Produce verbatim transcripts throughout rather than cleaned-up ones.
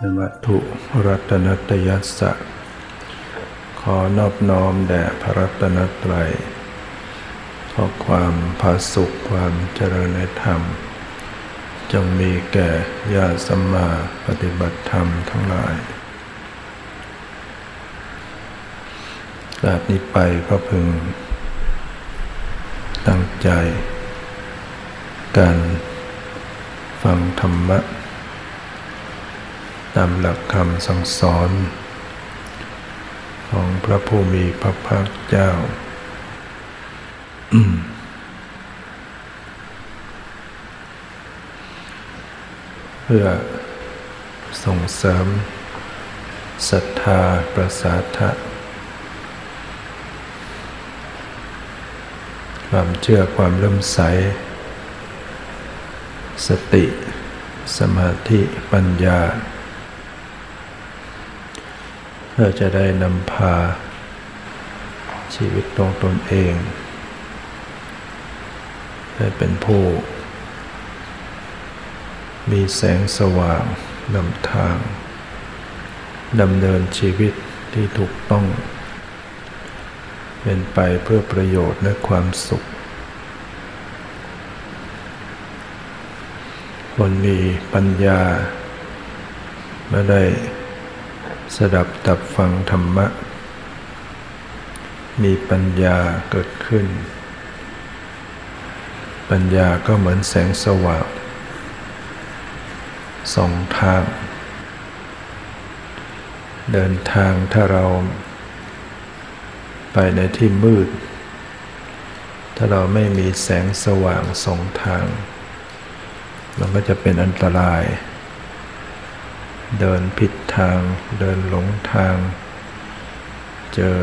วัตถุรัตนตยัสสะขอนอบน้อมแด่พระรัตนตรัยขอความผาสุขความเจริญในธรรมจงมีแก่ญาติสัมมาปฏิบัติธรรมทั้งหลายจากนี้ไปก็พึงตั้งใจการฟังธรรมะตามหลักคำสั่งสอนของพระผู้มีพระภาคเจ้า เพื่อส่งเสริมศรัทธาประสาทะความเชื่อความเลื่อมใสสติสมาธิปัญญาเพื่อจะได้นำพาชีวิตของตนเองให้เป็นผู้มีแสงสว่างนำทางดำเนินชีวิตที่ถูกต้องเป็นไปเพื่อประโยชน์และความสุขคนมีปัญญาเมื่อได้สดับตับฟังธรรมะมีปัญญาเกิดขึ้นปัญญาก็เหมือนแสงสว่างสองทางเดินทางถ้าเราไปในที่มืดถ้าเราไม่มีแสงสว่างสองทางมันก็จะเป็นอันตรายเดินผิดทางเดินหลงทางเจอ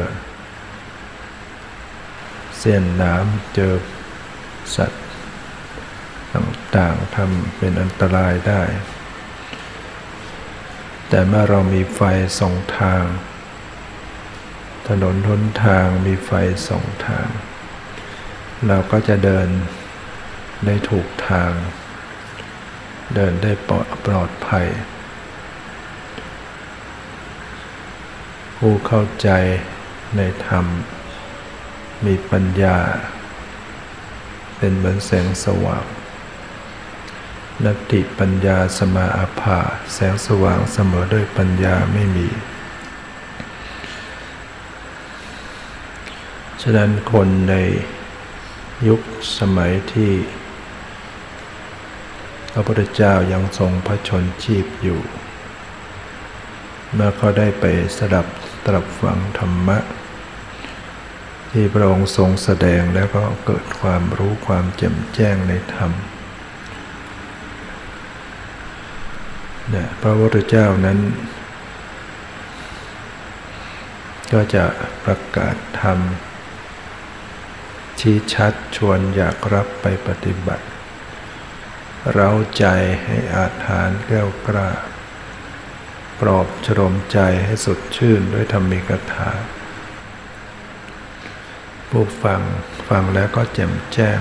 เส้นน้ำเจอสัตว์ต่างๆทำเป็นอันตรายได้แต่เมื่อเรามีไฟสองทางถนนหนทางมีไฟสองทางเราก็จะเดินได้ถูกทางเดินได้ปลอดภัยผู้เข้าใจในธรรมมีปัญญาเป็นเหมือนแสงสว่างนัตติปัญญาสมาอาภาแสงสว่างเสมอด้วยปัญญาไม่มีฉะนั้นคนในยุคสมัยที่พระพุทธเจ้ายังทรงพระชนชีพอยู่เมื่อเขาได้ไปสดับตรับฟังธรรมะที่พระองค์ทรงแสดงแล้วก็เกิดความรู้ความแจ่มแจ้งในธรรมเนี่ยพระพุทธเจ้านั้นก็จะประกาศธรรมชี้ชัดชวนอยากรับไปปฏิบัติเร้าใจให้อาถรรพ์แก้วกล้าปลอบฉโลมใจให้สดชื่นด้วยธรรมิกถาผู้ฟังฟังแล้วก็แจ่มแจ้ง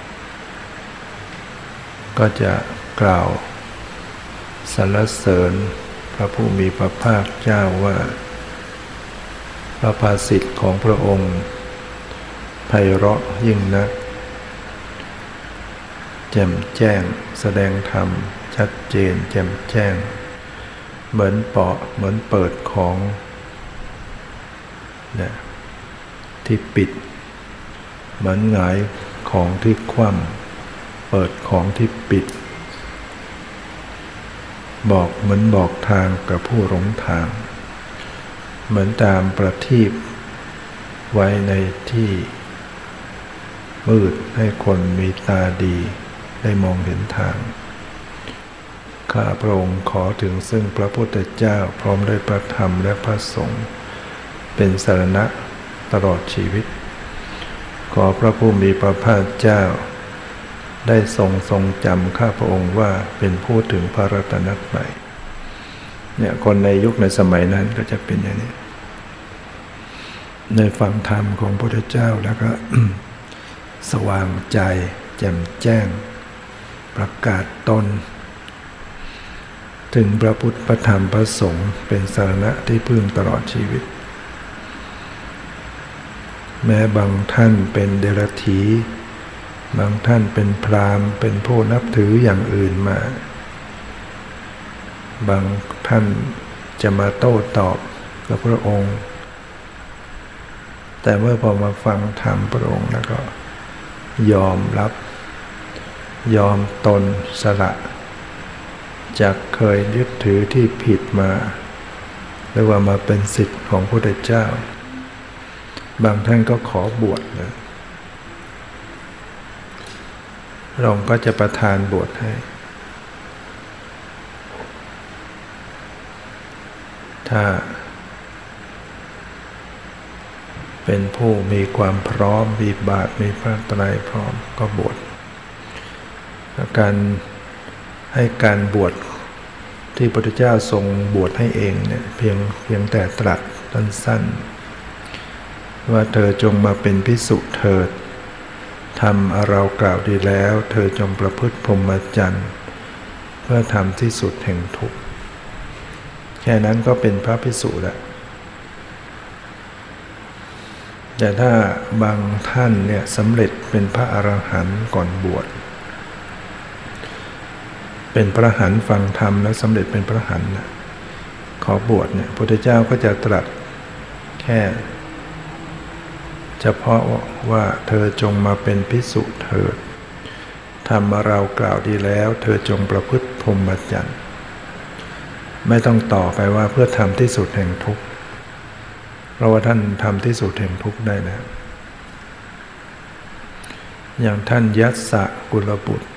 ก็จะกล่าวสรรเสริญพระผู้มีพระภาคเจ้าว่าพระภาษิตของพระองค์ไพเราะยิ่งนักแจ่มแจ้งแสดงธรรมชัดเจนแจ่มแจ้งเหมือนเปาะเหมือนเปิดของเนี่ยที่ปิดเหมือนหงายของที่คว่ำเปิดของที่ปิดบอกเหมือนบอกทางกับผู้หลงทางเหมือนตามประทีปไว้ในที่มืดให้คนมีตาดีได้มองเห็นทางข้าพระองค์ขอถึงซึ่งพระพุทธเจ้าพร้อมด้วยพระธรรมและพระสงฆ์เป็นสรณะตลอดชีวิตขอพระผู้มีพระภาคเจ้าได้ทรงทรงจำข้าพระองค์ว่าเป็นผู้ถึงพระรัตนตรัยเนี่ยคนในยุคในสมัยนั้นก็จะเป็นอย่างนี้ในฟังธรรมของพระพุทธเจ้าแล้วก็ สว่างใจแจ่มแจ้งประกาศตนถึงพระพุทธพระธรรมพระสงฆ์เป็นสรณะที่พึ่งตลอดชีวิตแม้บางท่านเป็นเดรัจฉีบางท่านเป็นพราหมณ์เป็นผู้นับถืออย่างอื่นมาบางท่านจะมาโต้ตอบกับพระองค์แต่เมื่อพอมาฟังธรรมพระองค์แล้วก็ยอมรับยอมตนสละจากเคยยึดถือที่ผิดมาเรียกว่ามาเป็นศิษย์ของพระพุทธเจ้าบางท่านก็ขอบวชนะพระองค์ก็จะประทานบวชให้ถ้าเป็นผู้มีความพร้อมมีบาตรมีพระไตรัยพร้อมก็บวชการให้การบวชที่พระพุทธเจ้าทรงบวชให้เองเนี่ยเพียงเพียงแต่ตรัสสั้นๆว่าเธอจงมาเป็นภิกษุเถิดทำเรากล่าวดีแล้วเธอจงประพฤติพรหมจรรย์เพื่อทำที่สุดแห่งทุกข์แค่นั้นก็เป็นพระภิกษุแล้วแต่ถ้าบางท่านเนี่ยสำเร็จเป็นพระอรหันต์ก่อนบวชเป็นพระอรหันต์ฟังธรรมแล้วสำเร็จเป็นพระอรหันต์ขอบวชเนี่ยพระพุทธเจ้าก็จะตรัสแค่เฉพาะว่าเธอจงมาเป็นภิกษุเถิดธรรมเรากล่าวดีแล้วเธอจงประพฤติพรหมจรรย์ไม่ต้องต่อไปว่าเพื่อทำที่สุดแห่งทุกข์เพราะว่าท่านทำที่สุดแห่งทุกข์ได้แล้วอย่างท่านยัสสะกุลบุตร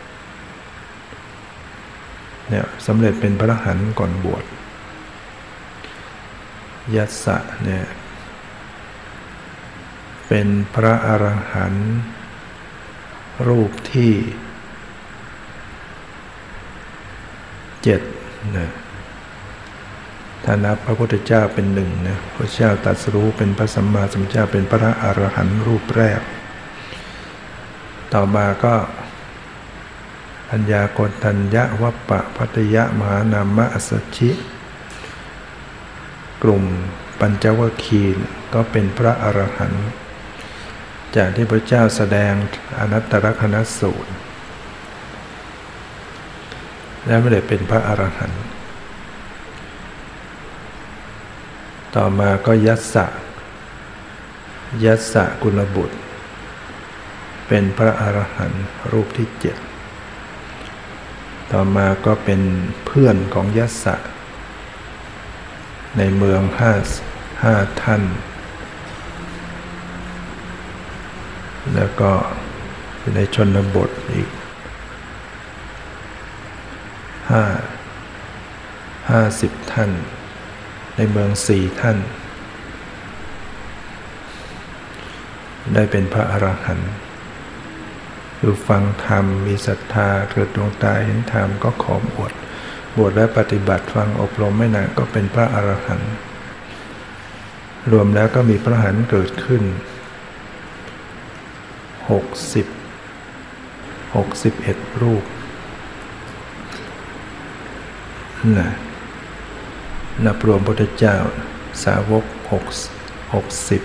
เนี่ยสำเร็จเป็นพระอรหันต์ก่อนบวชยัสสะเนี่ยเป็นพระอรหันต์รูปที่เจ็ดนะถ้านับพระพุทธเจ้าเป็นหนึ่งนะพระเจ้าตรัสรู้เป็นพระสัมมาสัมพุทธเจ้าเป็นพระอรหันต์รูปแรกต่อมาก็อัญญาโกณฑัญญะวัปปะภัตตยะมหานามะอัสสชิกลุ่มปัญจวัคคีย์ก็เป็นพระอรหันต์จากที่พระเจ้าแสดงอนัตตลกนัสสูตรและไม่ได้เป็นพระอรหันต์ต่อมาก็ยัสสะยัสสะกุลบุตรเป็นพระอรหันต์รูปที่เจ็ดต่อมาก็เป็นเพื่อนของยัสสะในเมืองห้าห้าท่านแล้วก็ในชนบทอีกห้าห้าสิบท่านในเมืองสี่ท่านได้เป็นพระอรหันต์คือฟังธรรมมีศรัทธาเกิดดวงตาเห็นธรรมก็ขอบวชบวชและปฏิบัติฟังอบรมไม่นานก็เป็นพระอรหันต์รวมแล้วก็มีพระอรหันต์เกิดขึ้นหกสิบ หกสิบเอ็ดรูปนะนับรวมพระพุทธเจ้าสาวกหก หกสิบ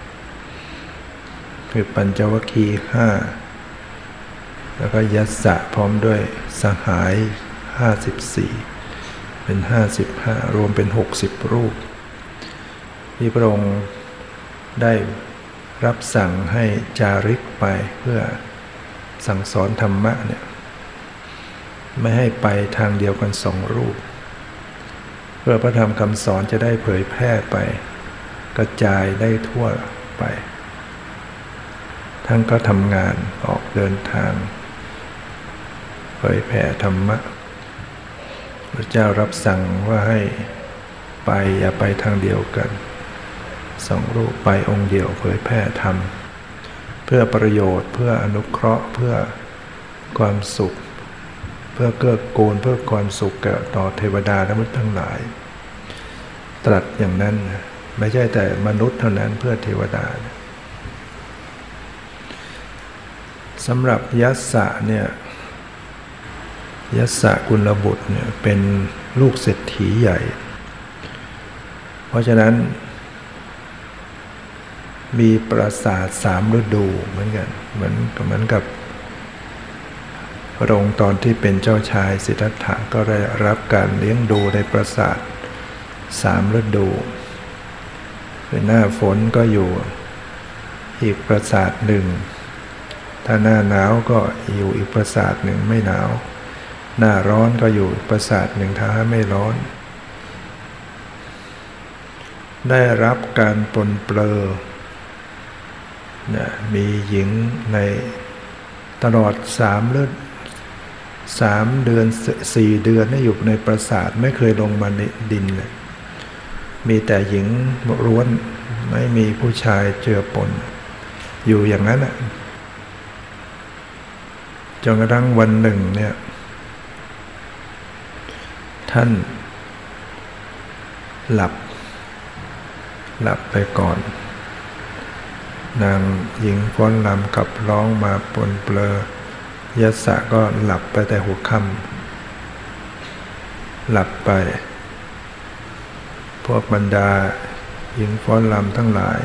คือปัญจวัคคีย์ห้าแล้วก็ยัสสะพร้อมด้วยสหายห้าสิบสี่เป็นห้าสิบห้ารวมเป็นหกสิบรูปที่พระองค์ได้รับสั่งให้จาริกไปเพื่อสั่งสอนธรรมะเนี่ยไม่ให้ไปทางเดียวกันสองรูปเพื่อพระธรรมคำสอนจะได้เผยแพร่ไปกระจายได้ทั่วไปทั้งก็ทำงานออกเดินทางเผยแผ่ธรรมะพระเจ้ารับสั่งว่าให้ไปอย่าไปทางเดียวกันสองรูปไปองค์เดียวเผยแพร่ธรรมเพื่อประโยชน์เพื่ออนุเคราะห์เพื่อความสุขเพื่อเกื้อกูลเพื่อความสุขแก่ต่อเทวดาและมนุษย์ทั้งหลายตรัสอย่างนั้นไม่ใช่แต่มนุษย์เท่านั้นเพื่อเทวดาสำหรับยัสสะเนี่ยยัสสกุลบุตรเนี่ยเป็นลูกเศรษฐีใหญ่เพราะฉะนั้นมีปราสาทสามฤดูเหมือนกันเหมือนเหมือนกับพระองค์ตอนที่เป็นเจ้าชายสิทธัตถะก็ได้รับการเลี้ยงดูในปราสาทสามฤดูคือหน้าฝนก็อยู่อีกปราสาทหนึ่งถ้าหน้าหนาวก็อยู่อีกปราสาทหนึ่งไม่หนาวหน้าร้อนก็อยู่ปราสาทหนึ่งถ้าไม่ร้อนได้รับการปลนเปลือนะมีหญิงในตลอดสามเดือนสามเดือนสี่เดือนนี่อยู่ในปราสาทไม่เคยลงมาในดินเลยมีแต่หญิงล้วนไม่มีผู้ชายเจือปนอยู่อย่างนั้นนะจนกระทั่งวันหนึ่งเนี่ยท่านหลับหลับไปก่อนนางหญิงฟ้อนรำขับร้องมาปนเปลือยัสสะก็หลับไปแต่หัวค่ำหลับไปพวกบรรดาหญิงฟ้อนรำทั้งหลาย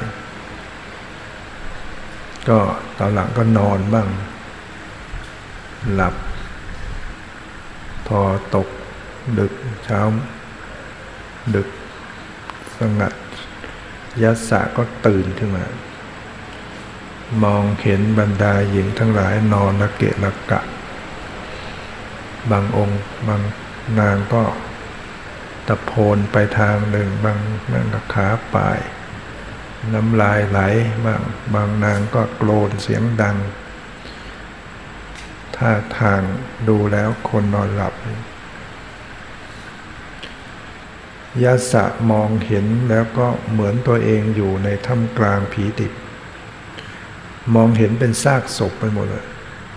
ก็ตอนหลังก็นอนบ้างหลับพอตกดึกเช้าดึกสงัดยัสสะก็ตื่นขึ้นมามองเห็นบรรดาหญิงทั้งหลายนอนละเกะละกะบางองค์บางนางก็ตะโพนไปทางหนึ่งบางนางก็ขาป่ายน้ำลายไหลบางบางนางก็โกรนเสียงดังท่าทางดูแล้วคนนอนหลับยัสสะมองเห็นแล้วก็เหมือนตัวเองอยู่ในท่ามกลางผีดิบมองเห็นเป็นซากศพไปหมดเลย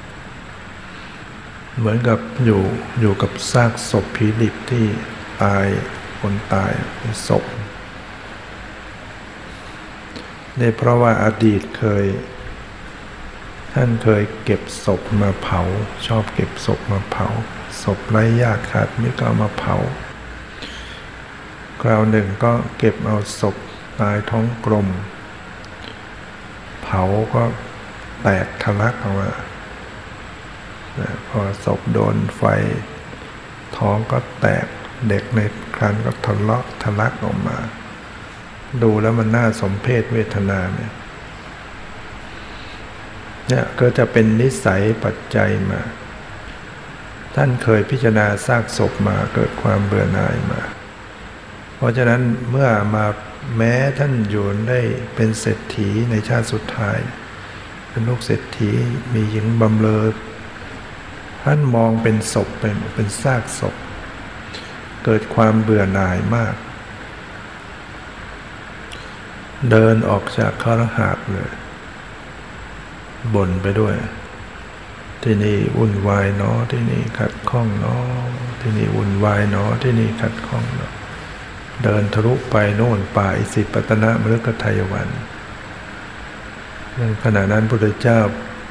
เหมือนกับอยู่อยู่กับซากศพผีดิบที่ตายคนตายเป็นศพนี่เพราะว่าอดีตเคยท่านเคยเก็บศพมาเผาชอบเก็บศพมาเผาศพไร้ญาติขาดมิตรก็เอามาเผาคราวหนึ่งก็เก็บเอาศพตายท้องกลมเผาก็แตกทะลักออกมาพอศพโดนไฟท้องก็แตกเด็กในครรภ์ก็ทะเลาะทะลักออกมาดูแล้วมันน่าสมเพชเวทนาเนี่ยเนี่ยก็จะเป็นนิสัยปัจจัยมาท่านเคยพิจารณาซากศพมาเกิดความเบื่อหน่ายมาเพราะฉะนั้นเมื่อมาแม้ท่านอยู่ได้เป็นเศรษฐีในชาติสุดท้ายเป็นลูกเศรษฐีมีหญิงบำเรอท่านมองเป็นศพเป็นเป็นซากศพเกิดความเบื่อหน่ายมากเดินออกจากคฤหาสน์เลยบ่นไปด้วยที่นี่วุ่นวายเนาะที่นี่ขัดข้องเนาะที่นี่วุ่นวายเนาะที่นี่ขัดข้องเนาะเดินทะลุไปโน่นป่าอิสิปตนมฤคทายวันในขณะนั้นพระพุทธเจ้า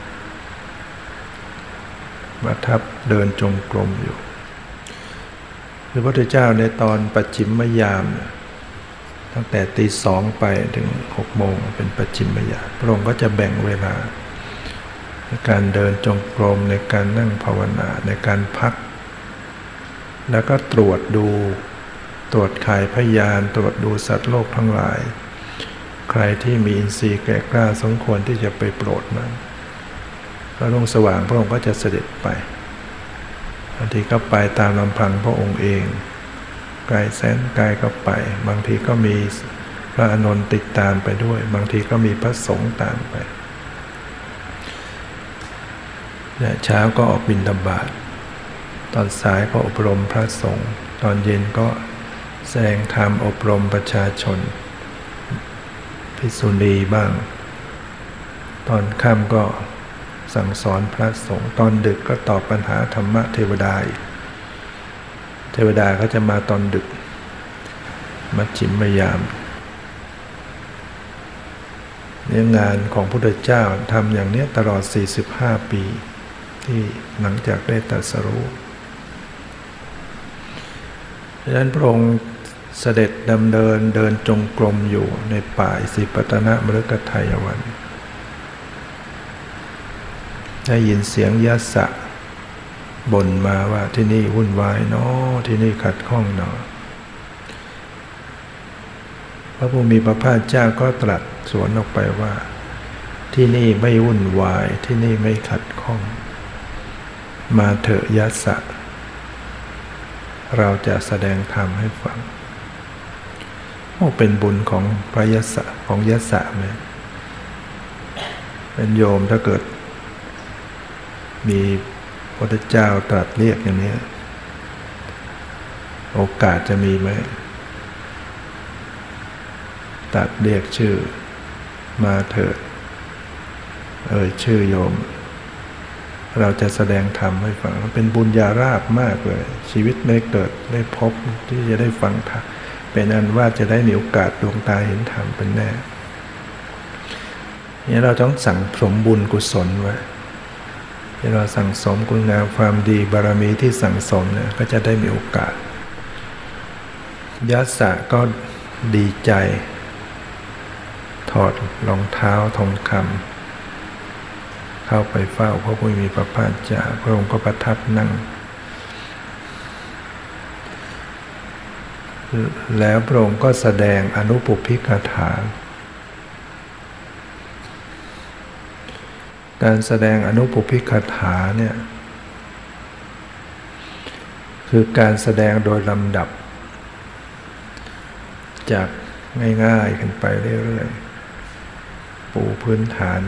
ประทับเดินจงกรมอยู่พระพุทธเจ้าในตอนปัจฉิมยามตั้งแต่ตีสองไปถึงหกโมงเป็นปัจฉิมยามพระองค์ก็จะแบ่งเวลาในการเดินจงกรมในการนั่งภาวนาในการพักแล้วก็ตรวจดูตรวจข่ายพยานตรวจดูสัตว์โลกทั้งหลายใครที่มีอินทรีย์แก่กล้าสมควรที่จะไปโปรดนั้นพระองค์สว่างพระองค์ก็จะเสด็จไปบางทีก็ไปตามลำพังพระองค์เองไกลแสนไกลก็ไปบางทีก็มีพระอานนท์ติดตามไปด้วยบางทีก็มีพระสงฆ์ตามไปเนี่ยเช้าก็ออกบิณฑบาตตอนสายก็อบรมพระสงฆ์ตอนเย็นก็แสดงธรรมอบรมประชาชนภิกษุณีบ้างตอนค่ำก็สั่งสอนพระสงฆ์ตอนดึกก็ตอบปัญหาธรรมะเทวดาเทวดาก็จะมาตอนดึกมัชฌิมยามเนี่ยงานของพระพุทธเจ้าทำอย่างนี้ตลอดสี่สิบห้าปีที่หลังจากได้ตรัสรู้ดังนั้นพระองค์เสด็จดำเนินเดินจงกรมอยู่ในป่าอิสิปตนมฤคทายวันได้ยินเสียงยะสะบ่นมาว่าที่นี่วุ่นวายเนาะที่นี่ขัดข้องเนาะพระผู้มีพระภาคเจ้าก็ตรัสสวนออกไปว่าที่นี่ไม่วุ่นวายที่นี่ไม่ขัดข้องมาเถอะยะสะเราจะแสดงธรรมให้ฟังโอ้เป็นบุญของพระยะสะของยะสะไหมเป็นโยมถ้าเกิดมีพระพุทธเจ้าตรัสเรียกอย่างนี้โอกาสจะมีไหมตรัสเรียกชื่อมาเถิดเอ่ยชื่อโยมเราจะแสดงธรรมให้ฟังเป็นบุญญาราภมากเลยชีวิตไม่เกิดได้พบที่จะได้ฟังธรรมเป็นอันว่าจะได้มีโอกาสดวงตาเห็นธรรมเป็นแน่นี่เราต้องสั่งสมบุญกุศลไว้ที่เราสั่งสมคุณงามความดีบารมีที่สั่งสมเนี่ยก็จะได้มีโอกาสยะสะก็ดีใจถอดรองเท้าทองคำเข้าไปเฝ้าพระผู้มีพระภาคเจ้าพระองค์ก็ประทับนั่งแล้วพระองค์ก็แสดงอนุปุพพิกถาการแสดงอนุปุพพิกถาเนี่ยคือการแสดงโดยลำดับจากง่ายๆขึ้นไปเรื่อยๆปูพื้นฐาน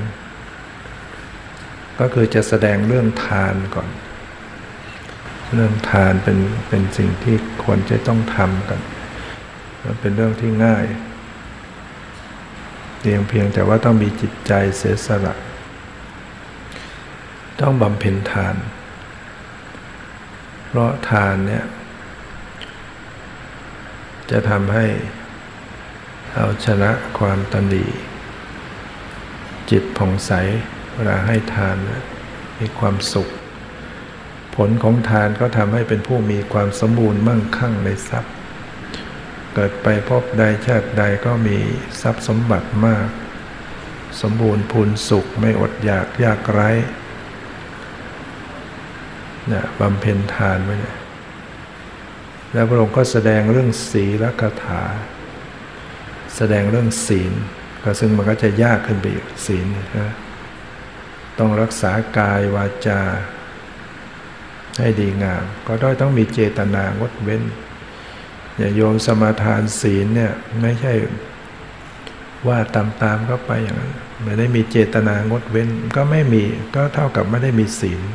ก็คือจะแสดงเรื่องทานก่อนเรื่องทานเป็นเป็นสิ่งที่ควรจะต้องทำกันมันเป็นเรื่องที่ง่ายเพียงเพียงแต่ว่าต้องมีจิตใจเสียสละต้องบำเพ็ญทานเพราะทานเนี่ยจะทำให้เอาชนะความตนีจิตผ่องใสเวลาให้ทานมีความสุขผลของทานก็ทำให้เป็นผู้มีความสมบูรณ์มั่งคั่งในทรัพย์เกิดไปพบใดชาติใดก็มีทรัพย์สมบัติมากสมบูรณ์พูนสุขไม่อดอยากยากไร้เนี่ยบำเพ็ญทานไว้เนี่ยแล้วพระองค์ก็แสดงเรื่องศีลคถาแสดงเรื่องศีลก็ซึ่งมันก็จะยากขึ้นไปอีกศีลนะต้องรักษากายวาจาให้ดีงามก็ต้องต้องมีเจตนางดเว้นอย่าโยมสมาทานศีลเนี่ยไม่ใช่ว่าตามๆเข้าไปอย่างนั้นไม่ได้มีเจตนางดเว้นก็ไม่มีก็เท่ากับไม่ได้มีศีล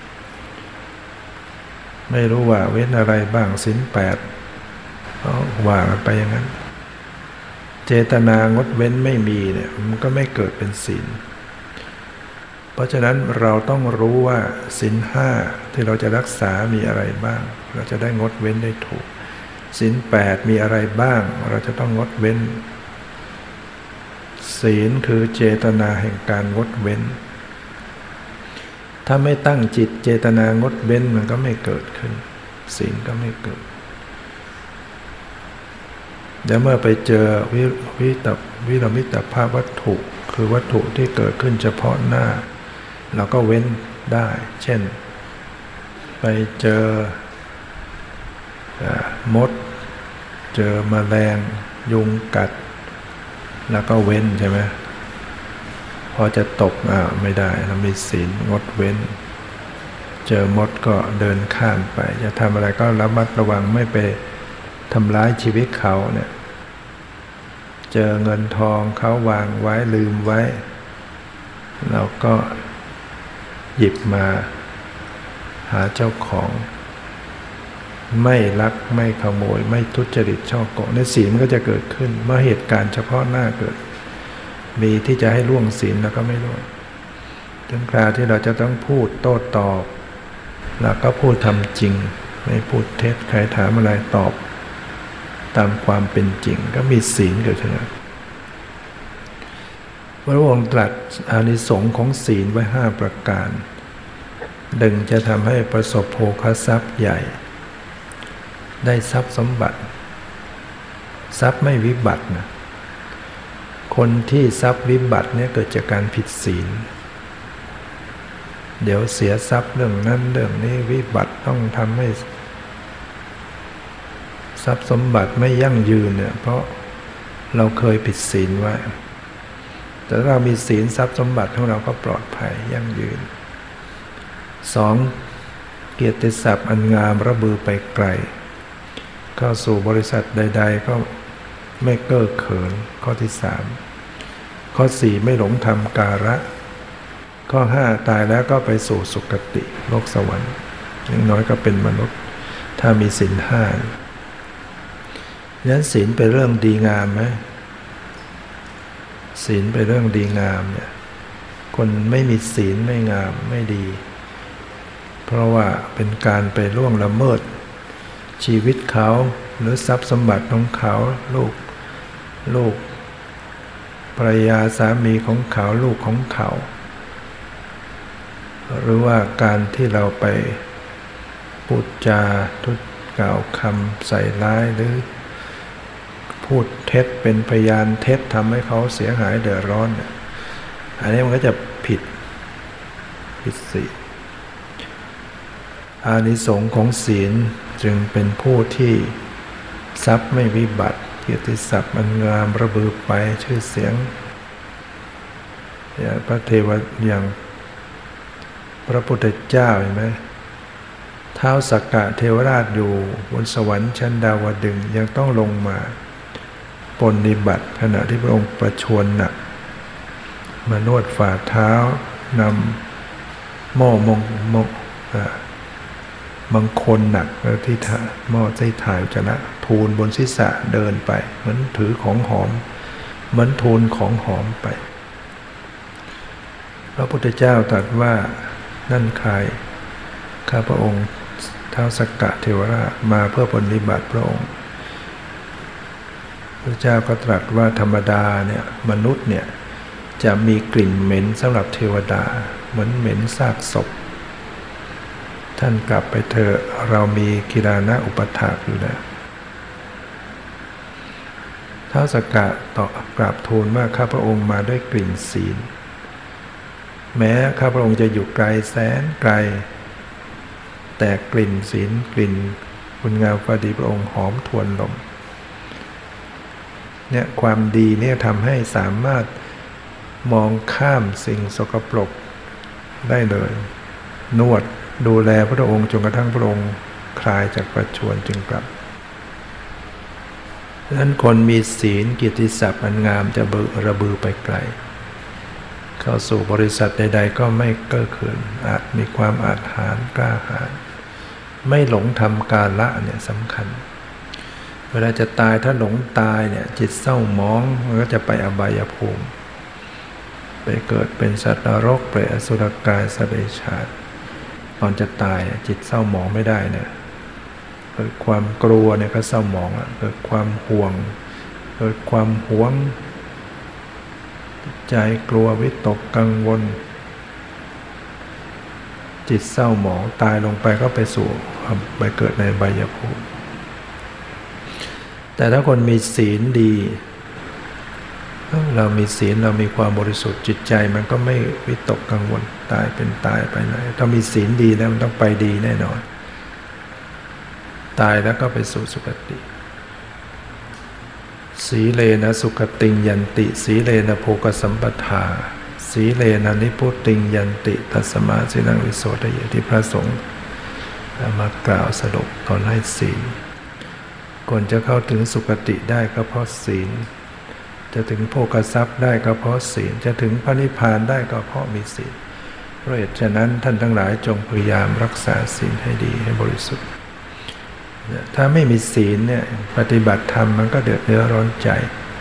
ไม่รู้ว่าเว้นอะไรบ้างศีลแปดก็ว่ากันไปอย่างนั้นเจตนางดเว้นไม่มีเนี่ยมันก็ไม่เกิดเป็นศีลเพราะฉะนั้นเราต้องรู้ว่าศีลห้าที่เราจะรักษามีอะไรบ้างเราจะได้งดเว้นได้ถูกศีลแปดมีอะไรบ้างเราจะต้องงดเว้นศีลคือเจตนาแห่งการงดเว้นถ้าไม่ตั้งจิตเจตนางดเว้นมันก็ไม่เกิดขึ้นศีลก็ไม่เกิดเดี๋ยวเมื่อไปเจอวิวิตวิรมิตภาพวัตถุคือวัตถุที่เกิดขึ้นเฉพาะหน้าเราก็เว้นได้เช่นไปเจอมดเจอแมลงยุงกัดแล้วก็เว้นใช่ไหมพอจะตกอ่าไม่ได้เรามีศีลงดเว้นเจอมดก็เดินข้ามไปจะทำอะไรก็ระมัดระวังไม่ไปทำร้ายชีวิตเขาเนี่ยเจอเงินทองเขาวางไว้ลืมไว้เราก็หยิบมาหาเจ้าของไม่ลักไม่ขโมยไม่ทุจริตฉ้อโกงในศีลมันก็จะเกิดขึ้นเมื่อเหตุการณ์เฉพาะหน้าเกิดมีที่จะให้ล่วงศีลแล้วก็ไม่ล่วงถึงคราวที่เราจะต้องพูดโต้ตอบแล้วก็พูดทำจริงไม่พูดเท็จใครถามอะไรตอบตามความเป็นจริงก็มีศีลเกิดขึ้นพระองค์ตรัสอานิสงส์ของศีลไว้ห้าประการหนึ่งจะทำให้ประสบโภคทรัพย์ใหญ่ได้ทรัพย์สมบัติทรัพย์ไม่วิบัตินะคนที่ทรัพย์วิบัติเนี่ยเกิดจากการผิดศีลเดี๋ยวเสียทรัพย์เรื่องนั้นเรื่องนี้วิบัติต้องทำให้ทรัพย์สมบัติไม่ยั่งยืนเนี่ยเพราะเราเคยผิดศีลไว้แต่ถ้าเรามีศีลทรัพย์สมบัติของเราก็ปลอดภัยยั่งยืนสองเกียรติศัพท์อันงามระบือไปไกลเข้าสู่บริษัทใดๆก็ไม่เก้อเขินข้อที่สามข้อสี่ไม่หลงทำการะข้อห้าตายแล้วก็ไปสู่สุคติโลกสวรรค์อย่างน้อยก็เป็นมนุษย์ถ้ามีศีลห้านั้นศีลเป็นเรื่องดีงามไหมศีลเป็นเรื่องดีงามเนี่ยคนไม่มีศีลไม่งามไม่ดีเพราะว่าเป็นการไปล่วงละเมิดชีวิตเขาหรือทรัพย์สมบัติของเขาลูกลูกภรรยาสามีของเขาลูกของเขาหรือว่าการที่เราไปพูดจาทุจกล่าวคำใส่ร้ายหรือพูดเท็จเป็นพยานเท็จทำให้เขาเสียหายเดือดร้อนอันนี้มันก็จะผิดผิดศีลอานิสงส์ของศีลจึงเป็นผู้ที่ทรัพย์ไม่วิบัติเกียรติศัพท์มันงามระบือไปชื่อเสียงอย่างพระเทวอย่างพระพุทธเจ้าเห็นไหมท้าวสักกะเทวราชอยู่บนสวรรค์ชั้นดาวดึงส์ยังต้องลงมาปรนนิบัติขณะที่พระองค์ประชวรหนักมานวดฝ่าเท้านำหม้อมงมงบางคนหนักแล้วที่หม้อใส่ถ่ายอุจจาระทูลบนศีรษะเดินไปเหมือนถือของหอมเหมือนทูลของหอมไปพระพุทธเจ้าตรัสว่านั่นใครข้าพระองค์ท้าวสักกะเทวราชมาเพื่อปฏิบัติพระองค์พระเจ้าก็ตรัสว่าธรรมดาเนี่ยมนุษย์เนี่ยจะมีกลิ่นเหม็นสำหรับเทวดาเหมือนเหม็นซากศพท่านกลับไปเถอะเรามีกิรานะอุปถากอยู่แล้วท้าวสักกะตอบกราบทูลว่าข้าพระองค์มาด้วยกลิ่นศีลแม้ข้าพระองค์จะอยู่ไกลแสนไกลแต่กลิ่นศีลกลิ่นคุณงามความดีพระองค์หอมทวนลมเนี่ยความดีเนี่ยทำให้สามารถมองข้ามสิ่งสกปรกได้เลยนวดดูแลพระองค์จนกระทั่งพระองค์คลายจากประชวรจึงกลับดังนั้นคนมีศีลเกียรติศัพท์อันงามจะระบือไปไกลเข้าสู่บริษัทใดๆก็ไม่เก้อเขินอาจมีความอาจหาญกล้าหาญไม่หลงทำกาละเนี่ยสำคัญเวลาจะตายถ้าหลงตายเนี่ยจิตเศร้าหมองมันก็จะไปอบายภูมิไปเกิดเป็นสัตว์นรกเปรตอสุรกายสัตว์เดรัจฉานตอนจะตายจิตเศร้าหมองไม่ได้เนี่ยเกิดความกลัวเนี่ยก็เศร้าหมองเกิดความห่วงเกิดความหวงใจกลัววิตกกังวลจิตเศร้าหมองตายลงไปก็ไปสู่ไปเกิดในอบายภูมิแต่ถ้าคนมีศีลดีเรามีศีลเรามีความบริสุทธิ์จิตใจมันก็ไม่วิตกกังวลตายเป็นตายไปไหนถ้ามีศีลดีแล้วมันต้องไปดีแน่นอนตายแล้วก็ไปสู่สุคติสีเลนะสุขติงยันติสีเลนะโภคสัมปทาสีเลนะนิพุติงยันติตัสมาสินังวิโสทะเยที่พระสงฆ์มากล่าวสรุปตอนให้ศีลก่อนจะเข้าถึงสุคติได้ก็เพราะศีลจะถึงโภคทรัพย์ได้ก็เพราะศีลจะถึงพระนิพพานได้ก็เพราะมีศีลเพราะเหตุฉะนั้นท่านทั้งหลายจงพยายามรักษาศีลให้ดีให้บริสุทธิ์ถ้าไม่มีศีลเนี่ยปฏิบัติธรรมมันก็เดือดเนื้อร้อนใจ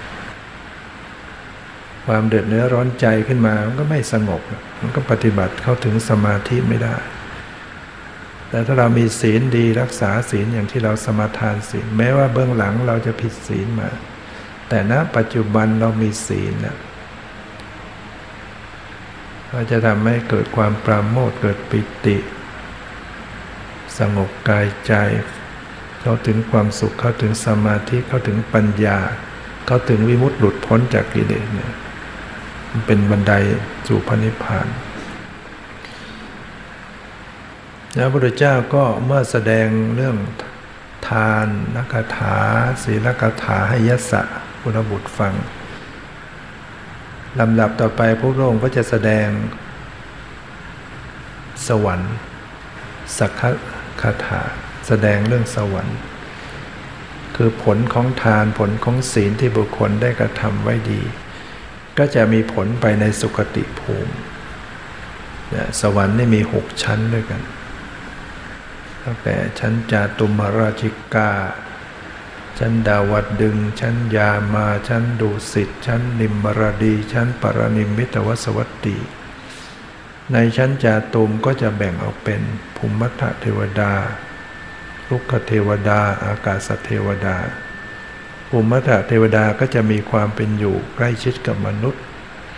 ความเดือดเนื้อร้อนใจขึ้นมามันก็ไม่สงบมันก็ปฏิบัติเข้าถึงสมาธิไม่ได้แต่ถ้าเรามีศีลดีรักษาศีลอย่างที่เราสมาทานศีลแม้ว่าเบื้องหลังเราจะผิดศีลมาแต่ณปัจจุบันเรามีศีลนะก็จะทำให้เกิดความปราโมทย์เกิดปิติสงบกายใจเข้าถึงความสุขเข้าถึงสมาธิเข้าถึงปัญญาเข้าถึงวิมุตติหลุดพ้นจากกิเลสเนี่ยมันเป็นบันไดสู่พระนิพพานแล้วพระพุทธเจ้าก็เมื่อแสดงเรื่องทานนักคาถาศีลคาถาให้ยศกุลบุตรฟังลำดับต่อไปพระองค์ก็จะแสดงสวรรค์สักขคาถาแสดงเรื่องสวรรค์คือผลของทานผลของศีลที่บุคคลได้กระทำไว้ดีก็จะมีผลไปในสุคติภูมิสวรรค์นี่มีหกชั้นด้วยกันตั้งแต่ชั้นจาตุมราชิกาชั้นดาวัดดึงชั้นยามาชั้นดุสิตชั้นนิมมรดีชั้นปรนิมมิตวสวัตตีในชั้นจาตุมก็จะแบ่งออกเป็นภูมิมัทธเทวดาลุกขเทวดาอากาศเทวดาภูมิมัทธเทวดาก็จะมีความเป็นอยู่ใกล้ชิดกับมนุษย์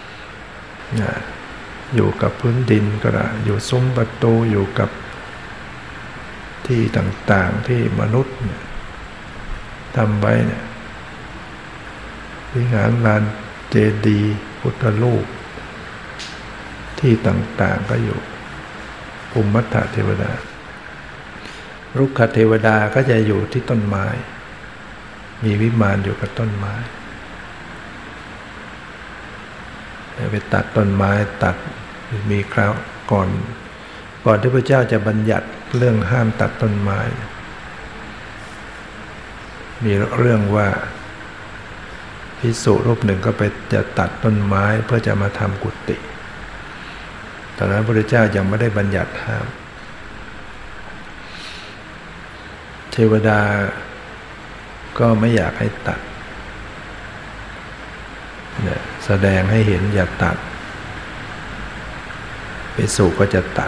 อยู่กับพื้นดินก็ได้อยู่ซุ้มประตูอยู่กับที่ต่างๆที่มนุษย์ทำไว้เนี่ยวิหารลานเจดีย์พุทธรูปที่ต่างๆก็อยู่ภูมิมัทธเทวดารุกขเทวดาก็จะอยู่ที่ต้นไม้มีวิมานอยู่กับต้นไม้ไปตัดต้นไม้ตัดมีคราวก่อนก่อนที่พระเจ้าจะบัญญัติเรื่องห้ามตัดต้นไม้มีเรื่องว่าภิกษุรูปหนึ่งก็ไปจะตัดต้นไม้เพื่อจะมาทำกุฏิตอนนั้นพระพุทธเจ้ายังไม่ได้บัญญัติห้ามเทวดาก็ไม่อยากให้ตัดเนี่ยแสดงให้เห็นอย่าตัดภิกษุก็จะตัด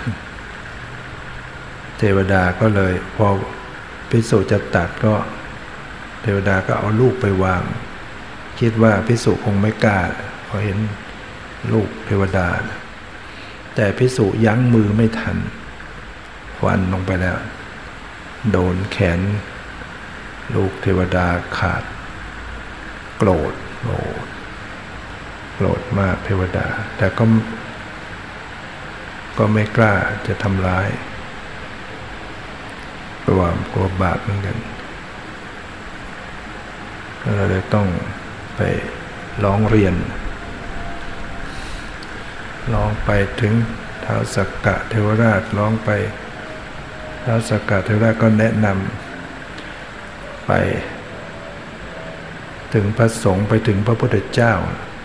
เทวดาก็เลยพอภิกษุจะตัดก็เทวดาก็เอาลูกไปวางคิดว่าภิกษุคงไม่กล้าพอเห็นลูกเทวดาแต่ภิกษุยั้งมือไม่ทันฟันลงไปแล้วโดนแขนลูกเทวดาขาดโกรธโกรธโกรธมากเทวดาแต่ก็ก็ไม่กล้าจะทำร้ายกลัวกลัวบาปเหมือนกันก็เลยต้องไปร้องเรียนร้องไปถึงท้าวสักกะเทวราชร้องไปท้าวสักกะเทวราชก็แนะนำไปถึงพระสงฆ์ไปถึงพระพุทธเจ้า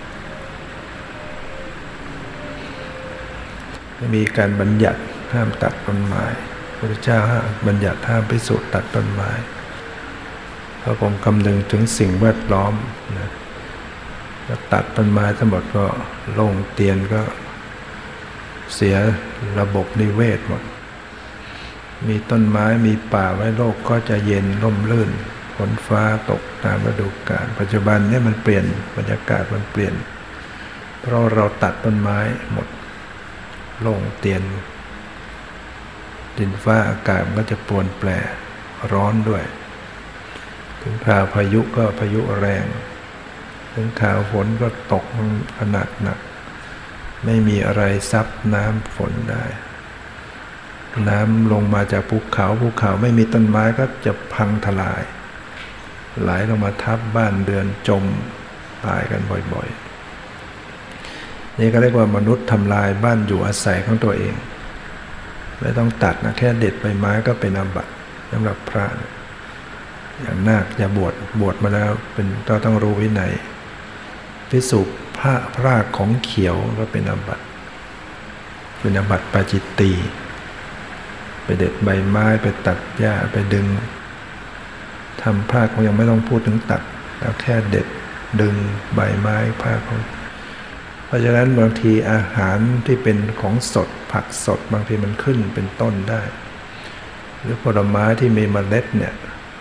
มีการบัญญัติห้ามตัดต้นไม้พระพุทธเจ้าบัญญัติห้ามภิกษุตัดต้นไม้พระองค์คำนึงถึงสิ่งแวดล้อมนะตัดต้นไม้ทั้งหมดก็ลงเตียนก็เสียระบบนิเวศหมดมีต้นไม้มีป่าไว้โลกก็จะเย็นร่มรื่นฝนฟ้าตกตามฤดูกาลปัจจุบันนี้มันเปลี่ยนบรรยากาศมันเปลี่ยนเพราะเราตัดต้นไม้หมดลงเตียนดินฟ้าอากาศมันก็จะปรวนแปรร้อนด้วยถึงคราวพายุก็พายุแรงถึงคราวฝนก็ตกขนาดหนักไม่มีอะไรซับน้ำฝนได้น้ำลงมาจากภูเขาภูเขาไม่มีต้นไม้ก็จะพังทลายไหลลงมาทับบ้านเรือนจมตายกันบ่อยๆนี่ก็เรียกว่ามนุษย์ทำลายบ้านอยู่อาศัยของตัวเองไม่ต้องตัดนะแค่เด็ดใบไม้ก็เป็นอาบัติสำหรับพระอย่างนาคจะบวชบวชมาแล้วเป็นเราต้องรู้วินัยภิกษุผ้าพรากของเขียวก็เป็นอาบัติเป็นอาบัติปาจิตตีไปเด็ดใบไม้ไปตัดหญ้าไปดึงทำผ้าเขายังไม่ต้องพูดถึงตัดแล้วแค่เด็ดดึงใบไม้ผ้าเขาเพราะฉะนั้นบางทีอาหารที่เป็นของสดผักสดบางทีมันขึ้นเป็นต้นได้หรือผลไม้ที่มีเมล็ดเนี่ย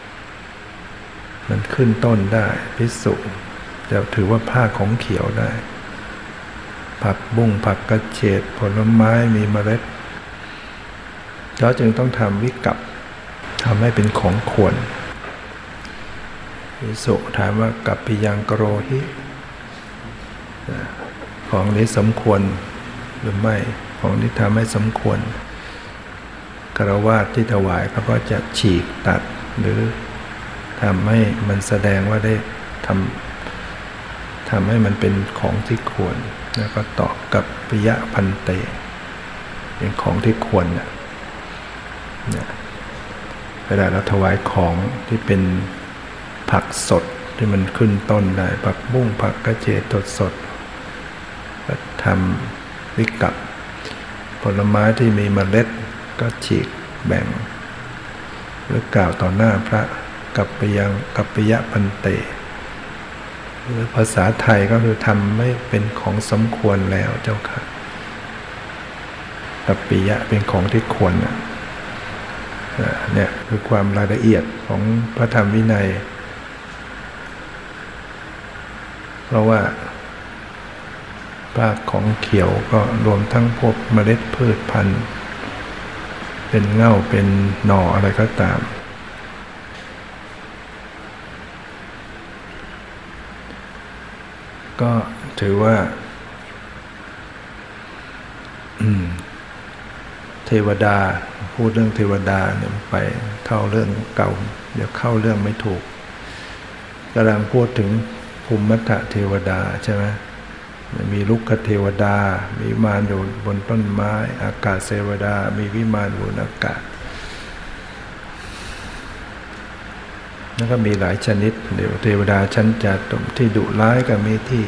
มันขึ้นต้นได้ภิกษุจะถือว่าผ้าของเขียวได้ผักบุ้งผักกระเฉดผลไม้มีเมล็ดเราจึงต้องทำวิกัปทำให้เป็นของควรภิกษุถามว่ากัปปิยังกโรหิของนี้สมควรหรือไม่ของนี้ทำให้สมควรฆราวาสที่ถวายเขาก็จะฉีกตัดหรือทำให้มันแสดงว่าได้ทำทำให้มันเป็นของที่ควรแล้วก็ตอบกับปิยะพันเตเป็นของที่ควรเนี่ยเวลาเราถวายของที่เป็นผักสดที่มันขึ้นต้นได้ผักบุ้งผักกระเจี๊ยบสดก็ทำวิกัปผลไม้ที่มีเมล็ดก็ฉีกแบ่งหรือกล่าวต่อหน้าพระกัปปยังกัปปิยะพันเตหรือภาษาไทยก็คือทำไม่เป็นของสมควรแล้วเจ้าค่ะกัปปิยะเป็นของที่ควรนะเนี่ยคือความรายละเอียดของพระธรรมวินัยเพราะว่ารากของเขียวก็รวมทั้งพวกเมล็ดพืชพันธุ์เป็นเง่าเป็นหน่ออะไรก็ตามก็ถือว่าเทวดาพูดเรื่องเทวดาเนี่ยไปเข้าเรื่องเก่าเดี๋ยวเข้าเรื่องไม่ถูกกำลังพูดถึงภูมิมัตถเทวดาใช่ไหมมีลุกขเทวดามีวิมานอยู่บนต้นไม้อากาศเทวดามีวิมานบนอากาศแล้วก็มีหลายชนิดเดี๋ยวเทวดาชั้นจัตุมที่ดุร้ายก็มีที่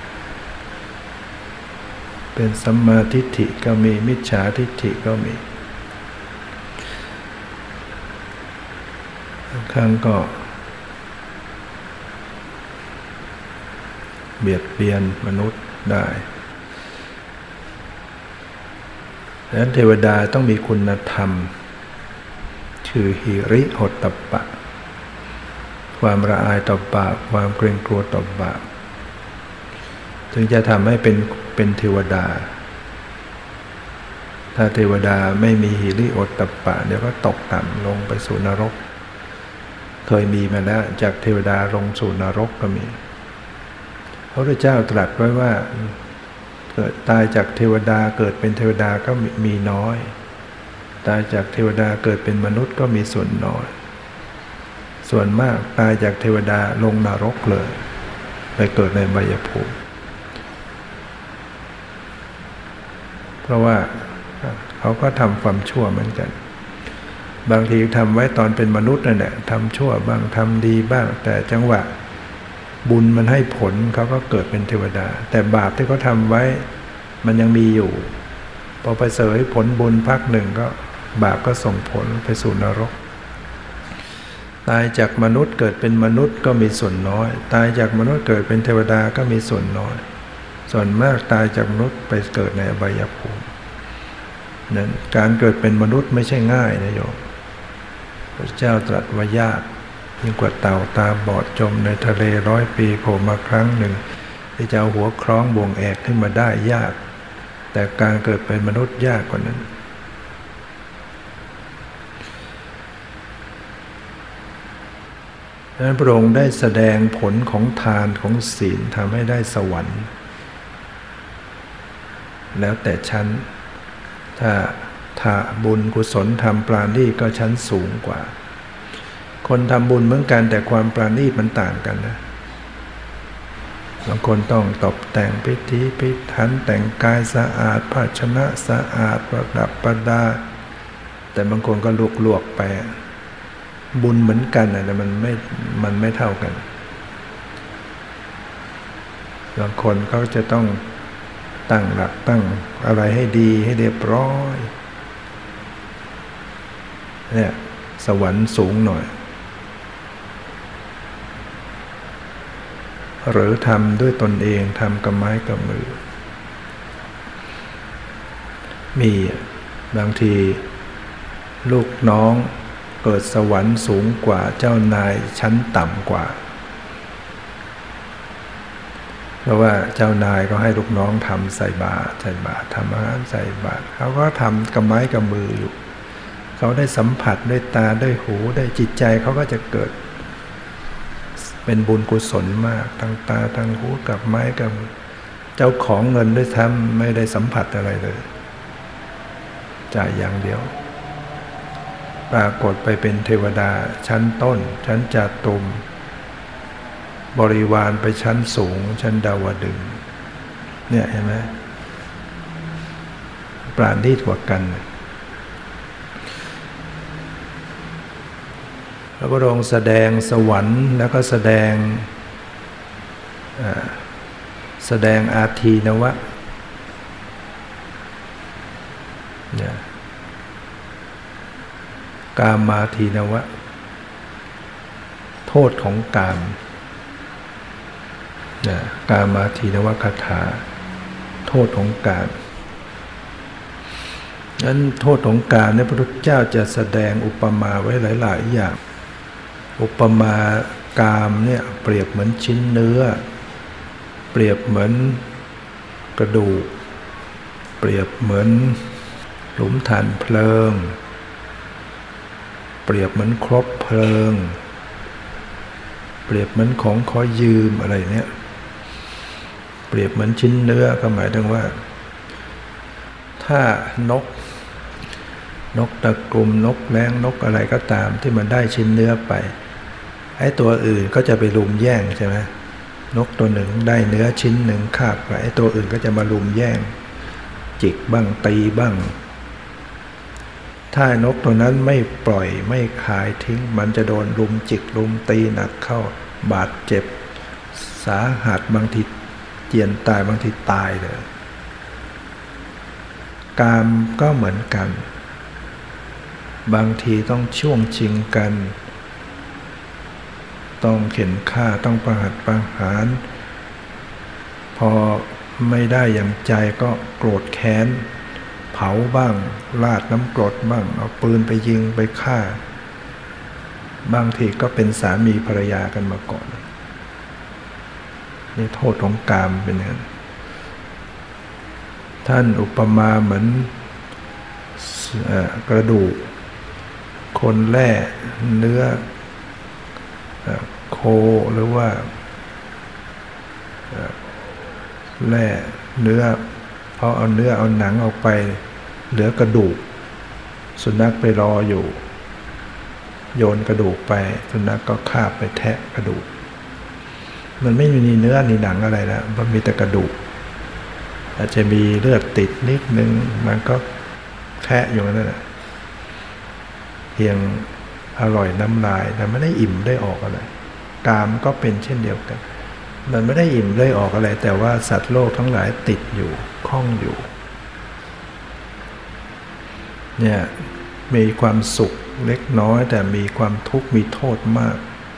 เป็นสัมมาทิฏฐิก็มีมิจฉาทิฏฐิก็มีบางครั้งก็เบียดเบียนมนุษย์ได้ดังนั้นเทวดาต้องมีคุณธรรมคือหิริโหตตัปปะความละอายต่อบาปความเกรงกลัวต่อบาปถึงจะทำให้เป็นเป็นเทวดาถ้าเทวดาไม่มีหิริโอตตัปปะเดี๋ยวก็ตกต่ำลงไปสู่นรกเคยมีมาแล้วจากเทวดาลงสู่นรกก็มีพระพุทธเจ้าตรัสไว้ว่าเกิดตายจากเทวดาเกิดเป็นเทวดาก็มีน้อยตายจากเทวดาเกิดเป็นมนุษย์ก็มีส่วนน้อยส่วนมากตายจากเทวดาลงนรกเลยไปเกิดในอบายภูมิเพราะว่าเขาก็ทำความชั่วเหมือนกันบางทีทำไว้ตอนเป็นมนุษย์นั่นแหละทำชั่วบ้างทำดีบ้างแต่จังหวะบุญมันให้ผลเขาก็เกิดเป็นเทวดาแต่บาปที่เขาทำไว้มันยังมีอยู่พอไปเสวยผลบุญพักหนึ่งก็บาปก็ส่งผลไปสู่นรกตายจากมนุษย์เกิดเป็นมนุษย์ก็มีส่วนน้อยตายจากมนุษย์เกิดเป็นเทวดาก็มีส่วนน้อยส่วนมากตายจากมนุษย์ไปเกิดในอบายภูมินั้นการเกิดเป็นมนุษย์ไม่ใช่ง่ายนะโยมพระเจ้าตรัสว่ายากยิ่งกว่าเต่าตาบอดจมในทะเลร้อยปีโผล่มาครั้งหนึ่งที่จะเอาหัวคล้องบ่วงแอกขึ้นมาได้ยากแต่การเกิดเป็นมนุษย์ยากกว่านั้นดังนั้นพระองค์ได้แสดงผลของทานของศีลทำให้ได้สวรรค์แล้วแต่ชั้นถ้าถ้าบุญกุศลทำปราณีตก็ชั้นสูงกว่าคนทำบุญเหมือนกันแต่ความปราณีตมันต่างกันนะบางคนต้องตกแต่งพิธีพิถันแต่งกายสะอาดภาชนะสะอาดประดับประดาแต่บางคนก็ลวกๆไปบุญเหมือนกันนะแต่มันไม่มันไม่เท่ากันบางคนเขาจะต้องตั้งหลักตั้งอะไรให้ดีให้เรียบร้อยเนี่ยสวรรค์สูงหน่อยหรือทำด้วยตนเองทำกับไม้กับมือมีบางทีลูกน้องเกิดสวรรค์สูงกว่าเจ้านายชั้นต่ำกว่าเพราะว่าเจ้านายก็ให้ลูกน้องทำใส่บาตรใส่บาตรทำอาหารใส่บาตรเขาก็ทำกับไม้กับมืออยู่เขาเขาได้สัมผัสด้วยตาด้วยหูได้จิตใจเขาก็จะเกิดเป็นบุญกุศลมากทั้งตาทั้งหูกับไม้กับเจ้าของเงินด้วยซ้ำไม่ได้สัมผัสอะไรเลยจ่ายอย่างเดียวปรากฏไปเป็นเทวดาชั้นต้นชั้นจาตุมบริวารไปชั้นสูงชั้นดาวดึงส์เนี่ยเห็นไหมปราณีตกว่ากันแล้วก็ลองแสดงสวรรค์แล้วก็แสดงแสดงอาทีนวะเนี่ยกามาทีนวะโทษของกามเนี่ยกามาทีนวคาถาโทษของกามนั้นโทษของกามเนี่ยพระพุทธเจ้าจะแสดงอุปมาไว้หลายๆอย่างอุปมากามเนี่ยเปรียบเหมือนชิ้นเนื้อเปรียบเหมือนกระดูกเปรียบเหมือนหลุมฐานเพลิงเปรียบเหมือนครบเพลิงเปรียบเหมือนของขอยืมอะไรเนี่ยเปรียบเหมือนชิ้นเนื้อก็หมายถึงว่าถ้านกนกตะกรุมนกแร้งนกอะไรก็ตามที่มันได้ชิ้นเนื้อไปไอ้ตัวอื่นก็จะไปลุมแย่งใช่ไหมนกตัวหนึ่งได้เนื้อชิ้นหนึ่งคาบไปไอ้ตัวอื่นก็จะมาลุมแย่งจิกบ้างตีบ้างถ้านกตัวนั้นไม่ปล่อยไม่คายทิ้งมันจะโดนลุมจิกลุมตีหนักเข้าบาดเจ็บสาหัสบางทีเจียนตายบางทีตายเลยกามก็เหมือนกันบางทีต้องช่วงชิงกันต้องเข็นฆ่าต้องประหัตประหารพอไม่ได้อย่างใจก็โกรธแค้นเผาบ้างลาดน้ำกรดบ้างเอาปืนไปยิงไปฆ่าบางทีก็เป็นสามีภรรยากันมาก่อนนี่โทษของกามเป็นอย่างนั้นท่านอุปมาเหมือนกระดูกคนแล่เนื้อโคหรือว่าแล่เนื้อพอเอาเนื้อเอาหนังออกไปเหลือกระดูกสุนัขไปรออยู่โยนกระดูกไปสุนัขก็คาบไปแทะกระดูกมันไม่มีเนื้อมีหนังอะไรแล้วมันมีแต่กระดูกอาจจะมีเลือดติดนิดนึงมันก็แทะอยู่นั่นแหละเพียงอร่อยน้ำลายแต่ไม่ได้อิ่มได้ออกอะไรกามก็เป็นเช่นเดียวกันมันไม่ได้อิ่มได้ออกอะไรแต่ว่าสัตว์โลกทั้งหลายติดอยู่คล้องอยู่เนี่ยมีความสุขเล็กน้อยแต่มีความทุกข์มีโทษมาก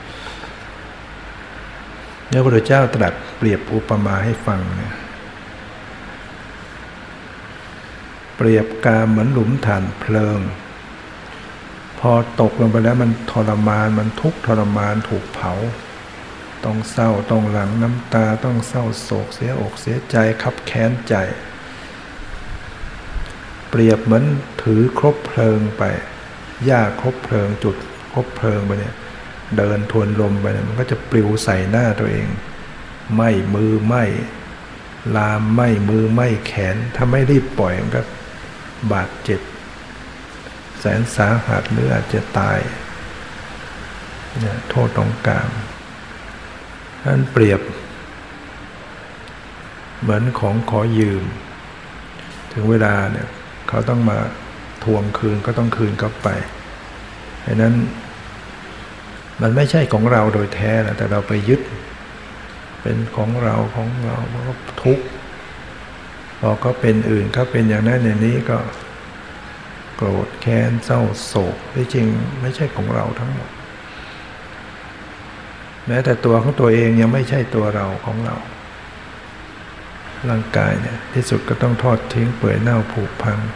เนี่ยพระพุทธเจ้าตรัสเปรียบอุปมาให้ฟังเนี่ยเปรียบกามเหมือนหลุมฐานเพลิงพอตกลงไปแล้วมันทรมานมันทุกข์ทรมานถูกเผาต้องเศร้าต้องหลั่งน้ำตาต้องเศร้าโศกเสียอกเสียใจคับแค้นใจเปรียบเหมือนถือครบเพลิงไปหญ้าครบเพลิงจุดครบเพลิงไปเนี่ยเดินทวนลมไปเนี่ยมันก็จะปลิวใส่หน้าตัวเองไหม้มือไหม้ลามไหม้มือไหม้แขนถ้าไม่รีบปล่อยมันก็บาดเจ็บแสนสาหัสหรืออาจจะตายเนี่ยโทษของกามท่านเปรียบเหมือนของขอยืมถึงเวลาเนี่ยเขาต้องมาทวงคืนก็ต้องคืนเขาไปเพราะนั้นมันไม่ใช่ของเราโดยแท้นะแต่เราไปยึดเป็นของเราของเรามันก็ทุกข์พอเขาเป็นอื่นเขาเป็นอย่างนั้นอย่างนี้ก็โกรธแค้นเศร้าโศกที่จริงไม่ใช่ของเราทั้งหมดแม้แต่ตัวของตัวเองยังไม่ใช่ตัวเราของเราร่างกายเนี่ยที่สุดก็ต้องทอดทิ้งเปื่อยเน่าผุพัง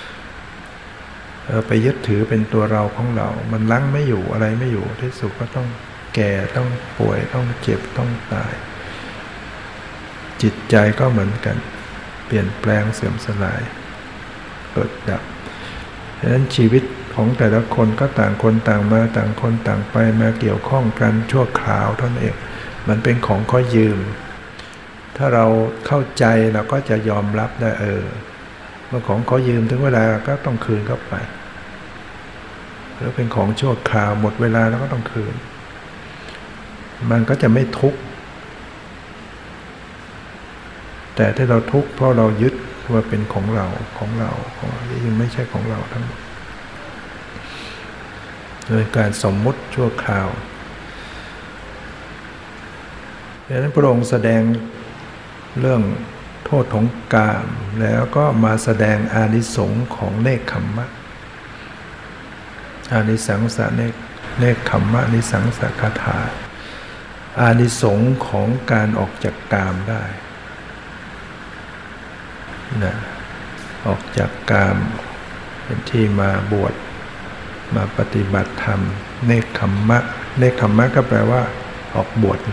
เราไปยึดถือเป็นตัวเราของเรามันลั้งไม่อยู่อะไรไม่อยู่ที่สุดก็ต้องแก่ต้องป่วยต้องเจ็บต้องตายจิตใจก็เหมือนกันเปลี่ยนแปลงเสื่อมสลายเกิดดับดังนั้นชีวิตของแต่ละคนก็ต่างคนต่างมาต่างคนต่างไปมาเกี่ยวข้องกันชั่วคราวเท่านั้นเองมันเป็นของขอยืมถ้าเราเข้าใจเราก็จะยอมรับได้เออเมื่อของขอยืมถึงเวลาก็ต้องคืนเข้าไปแล้วเป็นของชั่วคราวหมดเวลาแล้วก็ต้องคืนมันก็จะไม่ทุกข์แต่ที่เราทุกข์เพราะเรายึดว่าเป็นของเราของเราของเรายังไม่ใช่ของเราทั้งหมดโดยการสมมุติชั่วคราวดังนั้นพระองค์แสดงเรื่องโทษของกามแล้วก็มาแสดงอานิสงส์ของเนกขัมมะอานิสังสะเนกเนกขัมมะนิสังสะคาถาอานิสงส์ของการออกจากกามได้นะออกจากกามเป็นที่มาบวชมาปฏิบัติธรรมเนกขัมมะเนกขัมมะก็แปลว่าออกบวช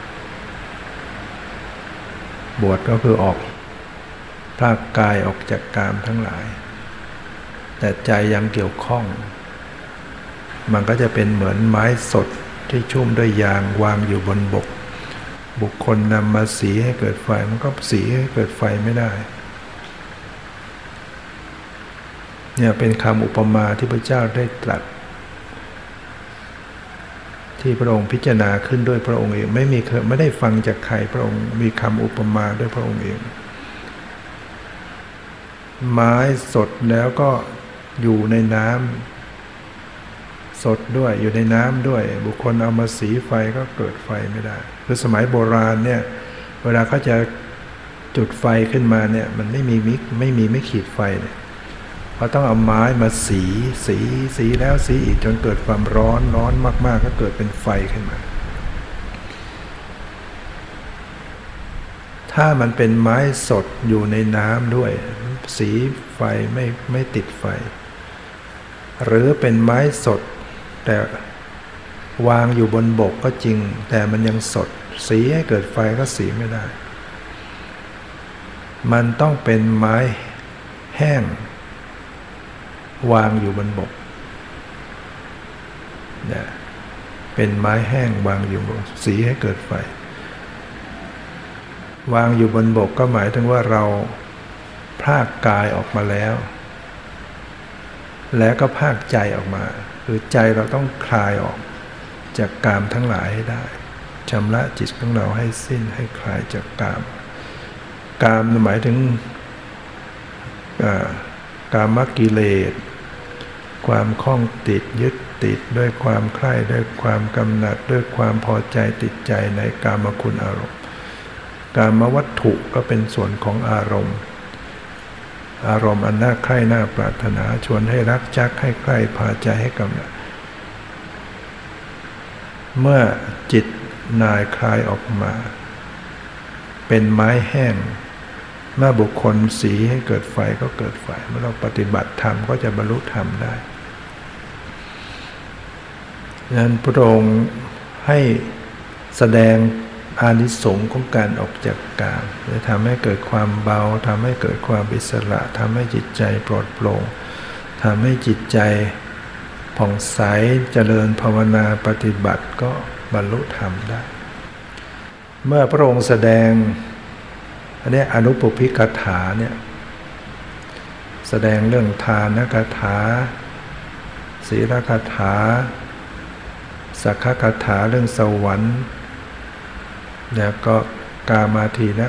บวชก็คือออกภาคกายออกจากกามทั้งหลายแต่ใจยังเกี่ยวข้องมันก็จะเป็นเหมือนไม้สดที่ชุ่มด้วยยางวางอยู่บนบกบุคคลนำมาสีให้เกิดไฟมันก็สีให้เกิดไฟไม่ได้เนี่ยเป็นคำอุปมาที่พระเจ้าได้ตรัสที่พระองค์พิจารณาขึ้นด้วยพระองค์เองไม่มีไม่ได้ฟังจากใครพระองค์มีคำอุปมาด้วยพระองค์เองไม้สดแล้วก็อยู่ในน้ำสดด้วยอยู่ในน้ำด้วยบุคคลเอามาสีไฟก็เกิดไฟไม่ได้คือสมัยโบราณเนี่ยเวลาเขาจะจุดไฟขึ้นมาเนี่ยมันไม่มีมิกไม่มีไม่ขีดไฟเนี่ยเขาต้องเอาไม้มาสีสีสีแล้วสีอีกจนเกิดความร้อนร้อนมากๆก็เกิดเป็นไฟขึ้นมาถ้ามันเป็นไม้สดอยู่ในน้ำด้วยสีไฟไม่ไม่ติดไฟหรือเป็นไม้สดแต่วางอยู่บนบกก็จริงแต่มันยังสดสีให้เกิดไฟก็สีไม่ได้มันต้องเป็นไม้แห้งวางอยู่บนบกเนี่ยเป็นไม้แห้งวางอยู่บนสีให้เกิดไฟวางอยู่บนบกก็หมายถึงว่าเราพรากกายออกมาแล้วแล้วก็พรากใจออกมาคือใจเราต้องคลายออกจากกามทั้งหลายให้ได้ชำระจิตของเราให้สิ้นให้คลายจากกามกามหมายถึงกามกิเลสความคล้องติดยึดติดด้วยความใคร่ด้วยความกำหนัดด้วยความพอใจติดใจในกามคุณอารมณ์กามวัตถุก็เป็นส่วนของอารมณ์อารมณ์อันน่าใคร่น่าปรารถนาชวนให้รักจักให้ใคร่พาใจให้กำหนัดเมื่อจิตนายคลายออกมาเป็นไม้แห้งเมื่อบุคคลสีให้เกิดไฟก็เกิดไฟเมื่อเราปฏิบัติธรรมก็จะบรรลุธรรมได้ดังนั้นพระองค์ให้แสดงอานิสงส์ของการออกจากกามจะทำให้เกิดความเบาทำให้เกิดความอิสระทำให้จิตใจปลอดโปร่งทำให้จิตใจผ่องใสเจริญภาวนาปฏิบัติก็บรรลุธรรมได้เมื่อพระองค์แสดงอันนี้อนุปปิกถาเนี่ยแสดงเรื่องทานคถาศีลคถาสักขคถาเรื่องสวรรค์แล้วก็กามาทีนะ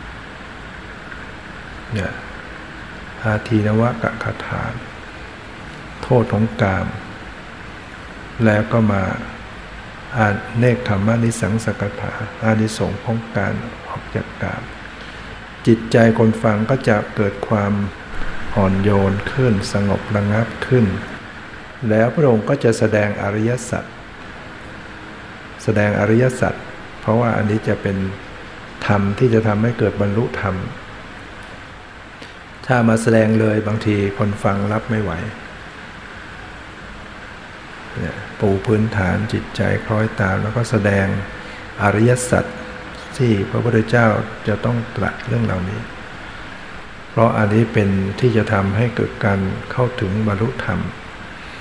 เนี่ยอาทีนวกคถาโทษของกามแล้วก็มาอาเนกขัมมะนิสังสกถาอานิสงส์ของการออกจากกามจิตใจคนฟังก็จะเกิดความอ่อนโยนขึ้นสงบระงับขึ้นแล้วพระองค์ก็จะแสดงอริยสัจแสดงอริยสัจเพราะว่าอันนี้จะเป็นธรรมที่จะทำให้เกิดบรรลุธรรมถ้ามาแสดงเลยบางทีคนฟังรับไม่ไหวปูพื้นฐานจิตใจคล้อยตามแล้วก็แสดงอริยสัจที่พระพุทธเจ้าจะต้องตรัสเรื่องเหล่านี้เพราะอันนี้เป็นที่จะทำให้เกิดการเข้าถึงบรรลุธรรม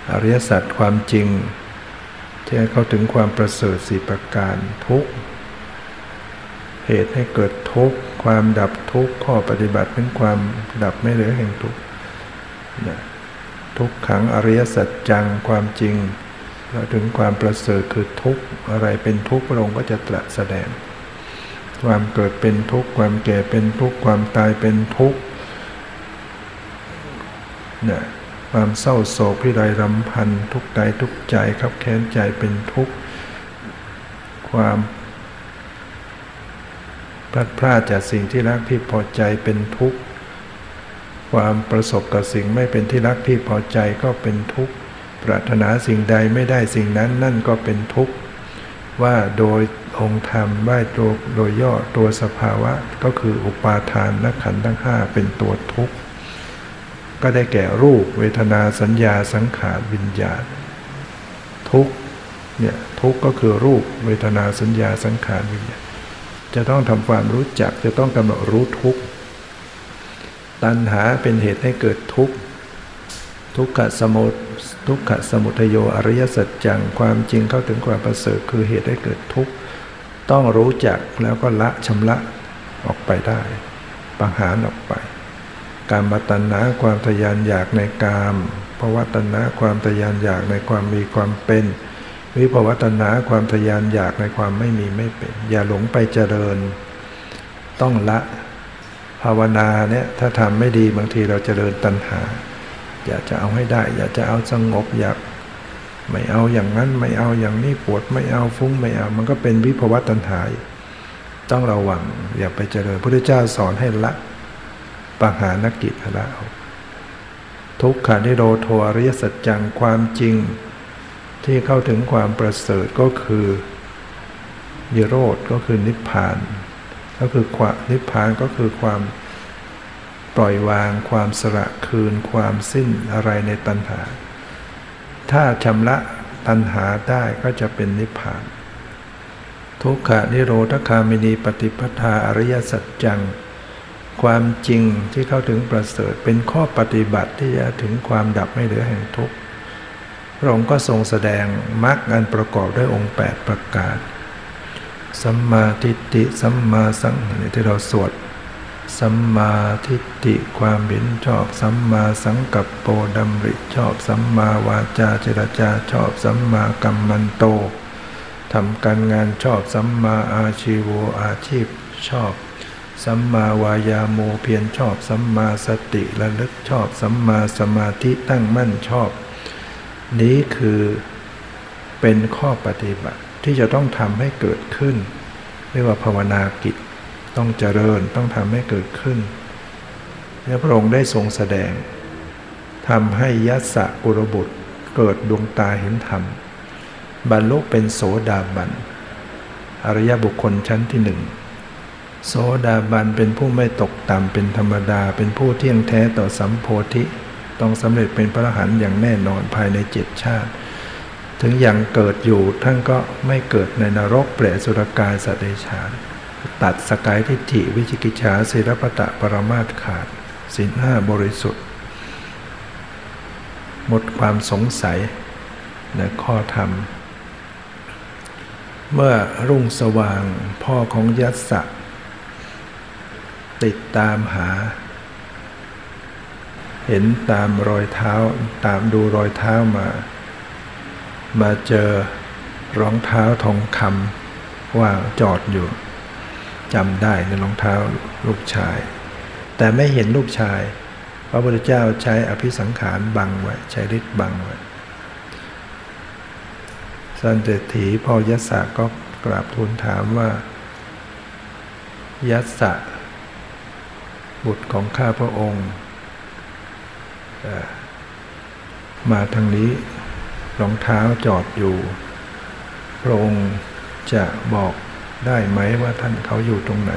อริยสัจความจริงที่ให้เข้าถึงความประเสริฐสี่ประการทุกข์เหตุให้เกิดทุกข์ความดับทุกข์ข้อปฏิบัติเป็นความดับไม่เหลือแห่งทุกข์ทุกขังอริยสัจจังความจริงเราถึงความประเสริฐคือทุกข์อะไรเป็นทุกข์พระองค์ก็จะตรัสแสดงความเกิดเป็นทุกข์ความแก่เป็นทุกข์ความตายเป็นทุกข์เนี่ยความเศร้าโศกพิไรรำพันทุกข์กายทุกข์ใจคับแค้นใจเป็นทุกข์ความพลัดพรากจากสิ่งที่รักที่พอใจเป็นทุกข์ความประสบกับสิ่งไม่เป็นที่รักที่พอใจก็เป็นทุกข์ปรารถนาสิ่งใดไม่ได้สิ่งนั้นนั่นก็เป็นทุกข์ว่าโดยองค์ธรรมว่าโดยโดยย่อตัวสภาวะก็คืออุปาทานและขันธ์ทั้งห้าเป็นตัวทุกข์ก็ได้แก่รูปเวทนาสัญญาสังขารวิญญาณทุกข์เนี่ยทุกข์ก็คือรูปเวทนาสัญญาสังขารวิญญาณจะต้องทำความรู้จักจะต้องกำหนดรู้ทุกข์ตัณหาเป็นเหตุให้เกิดทุกข์ทุกขสมุททุกขสมุทัยโยอริยสัจจังความจริงเข้าถึงความประเสริฐคือเหตุให้เกิดทุกข์ต้องรู้จักแล้วก็ละชำระออกไปได้ปัญหาออกไปกามตัณหาความทยานอยากในกามภวตัณหาความทยานอยากในความมีความเป็นวิภวตัณหาความทยานอยากในความไม่มีไม่เป็นอย่าหลงไปเจริญต้องละภาวนาเนี่ยถ้าทำไม่ดีบางทีเราเจริญตัณหาอยากจะเอาให้ได้อยากจะเอาสงบอยากไม่เอาอย่างนั้นไม่เอาอย่างนี้ปวดไม่เอาฟุ้งไม่เอามันก็เป็นวิภวตัณหาต้องระวังอย่าไปเจริญพระพุทธเจ้าสอนให้ละปหานกิจละทุกขานิโรธอริยสัจจังความจริงที่เข้าถึงความประเสริฐก็คือนิโรธก็คือนิพพานก็คือความนิพพานก็คือความปล่อยวางความสละคืนความสิ้นอะไรในตัณหาถ้าชำระตัณหาได้ก็จะเป็นนิพพานทุกขานิโรธคามินีปฏิปทาอริยสัจจังความจริงที่เข้าถึงประเสริฐเป็นข้อปฏิบัติที่จะถึงความดับไม่เหลือแห่งทุกข์พระองค์ก็ทรงแสดงมรรคอันประกอบด้วยองค์แปดประการสัมมาทิฏฐิสัมมาสังกัปปะที่เราสวดสัมมาทิฏฐิความเห็นชอบสัมมาสังกัปโปดำริชอบสัมมาวาจาเจรจาชอบสัมมากัมมันโตทำการงานชอบสัมมาอาชีโวอาชีพชอบสัมมาวายาโมเพียรชอบสัมมาสติระลึกชอบสัมมาสมาธิตั้งมั่นชอบนี้คือเป็นข้อปฏิบัติที่จะต้องทำให้เกิดขึ้นเรียกว่าภาวนากิจต้องเจริญต้องทำให้เกิดขึ้นและพระองค์ได้ทรงแสดงทำให้ยัสสะกุลบุตรเกิดดวงตาเห็นธรรมบรรลุเป็นโสดาบันอริยบุคคลชั้นที่หนึ่งโสดาบันเป็นผู้ไม่ตกต่ำเป็นธรรมดาเป็นผู้เที่ยงแท้ต่อสัมโพธิต้องสำเร็จเป็นพระอรหันต์อย่างแน่นอนภายในเจ็ดชาติถึงยังเกิดอยู่ท่านก็ไม่เกิดในนรกเปรตสุรกายสัตว์เดรัจฉานตัดสกายทิฏฐิวิจิกิจฉาศีลปตะปรมาสขาดศีลห้าบริสุทธิ์หมดความสงสัยในข้อธรรมเมื่อรุ่งสว่างพ่อของยัสสะติดตามหาเห็นตามรอยเท้าตามดูรอยเท้ามามาเจอรองเท้าทองคำว่างจอดอยู่จำได้ในรองเท้าลูกชายแต่ไม่เห็นลูกชายพระพุทธเจ้าใช้อภิสังขารบังไว้ใช้ฤทธิ์บังไว้สันเตถีพ่อยัสสะก็กราบทูลถามว่ายัสสะบุตรของข้าพระองค์มาทางนี้รองเท้าจอดอยู่พระองค์จะบอกได้ไหมว่าท่านเขาอยู่ตรงไหน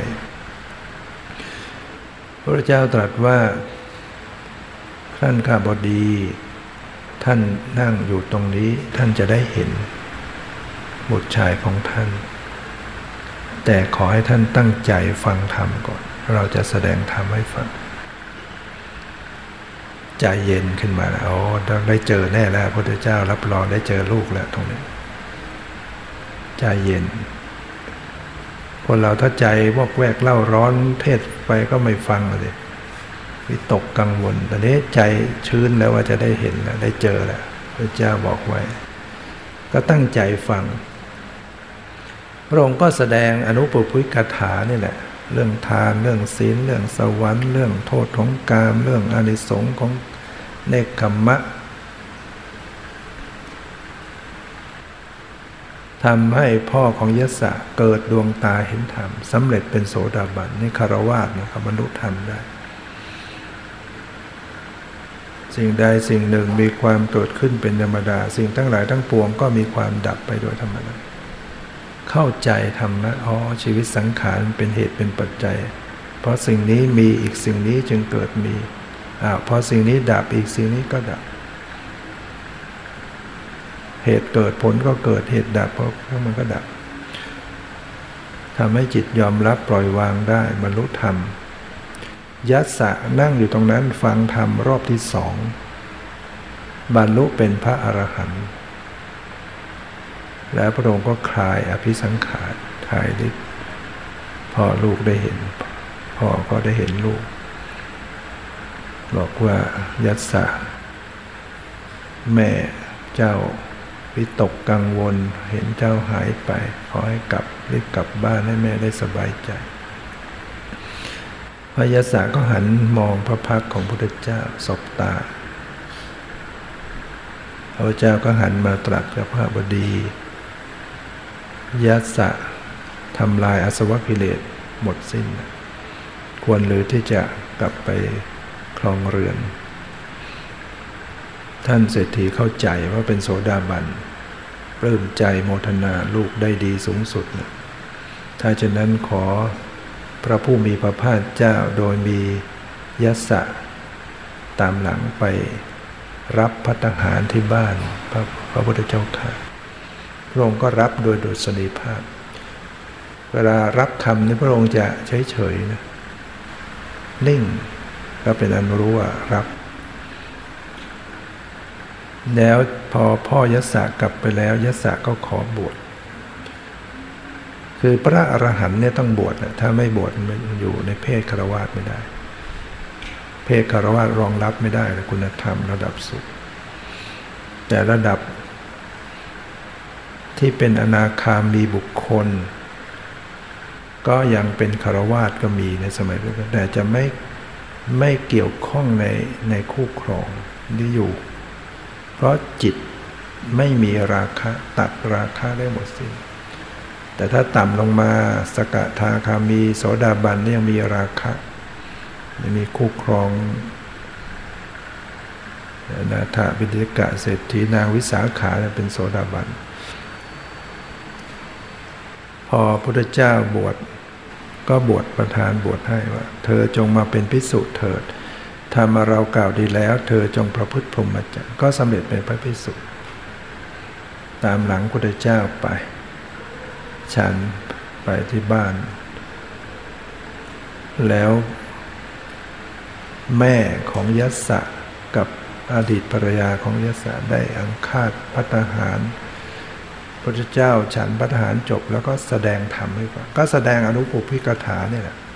พระพุทธเจ้าตรัสว่าท่านข้าบดีท่านนั่งอยู่ตรงนี้ท่านจะได้เห็นบุตรชายของท่านแต่ขอให้ท่านตั้งใจฟังธรรมก่อนเราจะแสดงธรรมให้ฟังใจเย็นขึ้นมาแล้วอ๋อได้เจอแน่แล้วพระพุทธเจ้ารับรองได้เจอลูกแล้วตรงนี้ใจเย็นคนเราถ้าใจวอกแวกเล่าร้อนเทศไปก็ไม่ฟังเลยวิตกกังวลตอนนี้ใจชื้นแล้วว่าจะได้เห็นแล้วได้เจอแล้วพระเจ้าบอกไว้ก็ตั้งใจฟังพระองค์ก็แสดงอนุปปุพกถานี่แหละเรื่องทานเรื่องศีลเรื่องสวรรค์เรื่องโทษของกามเรื่องอานิสงส์ของเนกขัมมะทำให้พ่อของยศเกิดดวงตาเห็นธรรมสำเร็จเป็นโสดาบันนี่คฤหัสถ์นะครับบรรลุธรรมได้สิ่งใดสิ่งหนึ่งมีความเกิดขึ้นเป็นธรรมดาสิ่งทั้งหลายทั้งปวงก็มีความดับไปโดยธรรมดาเข้าใจธรรมะอ๋อชีวิตสังขารเป็นเหตุเป็นปัจจัยเพราะสิ่งนี้มีอีกสิ่งนี้จึงเกิดมีอ้าวพอสิ่งนี้ดับอีกสิ่งนี้ก็ดับเหตุเกิดผลก็เกิดเหตุดับเพราะมันก็ดับทำให้จิตยอมรับปล่อยวางได้บรรลุธรรมยัสสะนั่งอยู่ตรงนั้นฟังธรรมรอบที่สองบรรลุเป็นพระอรหันต์แล้วพระองค์ก็คลายอภิสังขารคลายฤทธิ์พอลูกได้เห็นพ่อก็ได้เห็นลูกบอกว่ายัสสะแม่เจ้าวิตกกังวลเห็นเจ้าหายไปขอให้กลับรีบกลับบ้านให้แม่ได้สบายใจพระยัสสะก็หันมองพระพักตร์ของพระพุทธเจ้าสบตาพระพุทธเจ้าก็หันมาตรัสกับพระบดียัสสะทำลายอาสวะกิเลสหมดสิ้นควรหรือที่จะกลับไปครองเรือนท่านเศรษฐีเข้าใจว่าเป็นโสดาบันปลื้มใจโมทนาลูกได้ดีสูงสุดนะถ้าฉะนั้นขอพระผู้มีพระภาคเจ้าโดยมียัสสะตามหลังไปรับภัตตาหารที่บ้านพระพระพุทธเจ้าค่ะพระองค์ก็รับโดยโดยสนิภาพเวลารับคำนี้พระองค์จะเฉยๆนะนิ่งก็เป็นอันรู้ว่ารับแล้วพอพ่อยัสสะกลับไปแล้วยัสสะก็ขอบวชคือพระอรหันต์เนี่ยต้องบวชนะถ้าไม่บวชมันอยู่ในเพศฆราวาสไม่ได้เพศฆราวาสรองรับไม่ได้นะคุณธรรมระดับสูงแต่ระดับที่เป็นอนาคามีบุคคลก็ยังเป็นฆราวาสก็มีในสมัยนั้นแต่จะไม่ไม่เกี่ยวข้องในในคู่ครองที่อยู่เพราะจิตไม่มีราคะตัดราคะได้หมดสิ้นแต่ถ้าต่ำลงมาสกทาคามีโสดาบันนี่ยังมีราคะยังมีคู่ครองนาถบิณฑิกะเศรษฐีนางวิสาขาเป็นโสดาบันพอพระพุทธเจ้าบวชก็บวชประทานบวชให้ว่าเธอจงมาเป็นภิกษุเถิดทำมาเรากล่าวดีแล้วเธอจงประพฤติพรหมจรรย์ก็สำเร็จเป็นพระภิกษุตามหลังพระพุทธเจ้าไปฉันไปที่บ้านแล้วแม่ของยัสสะกับอดีตภรรยาของยัสสะได้อังคาดภัตตาหารพระพุทธเจ้าฉันภัตตาหารจบแล้วก็แสดงธรรมให้ฟังก็แสดงอนุปปุพกถาเนี่ยแหละ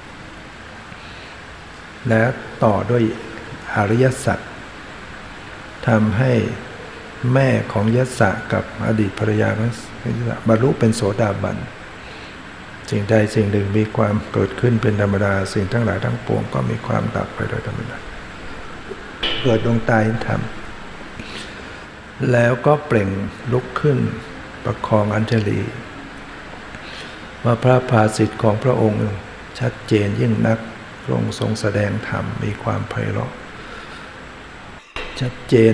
และต่อด้วยอริยสัจทำให้แม่ของยัสสะกับอดีตภรรยาของยัสสะบรรลุเป็นโสดาบันสิ่งใดสิ่งหนึ่งมีความเกิดขึ้นเป็นธรรมดาสิ่งทั้งหลายทั้งปวงก็มีความดับไปโดยธรรมดาเกิดดวงตาเห็นธรรมแล้วก็เปล่งลุกขึ้นประคองอัญชลีว่าพระภาสิทธิ์ของพระองค์ชัดเจนยิ่งนักพระองค์ทรงแสดงธรรมมีความไพเราะชัดเจน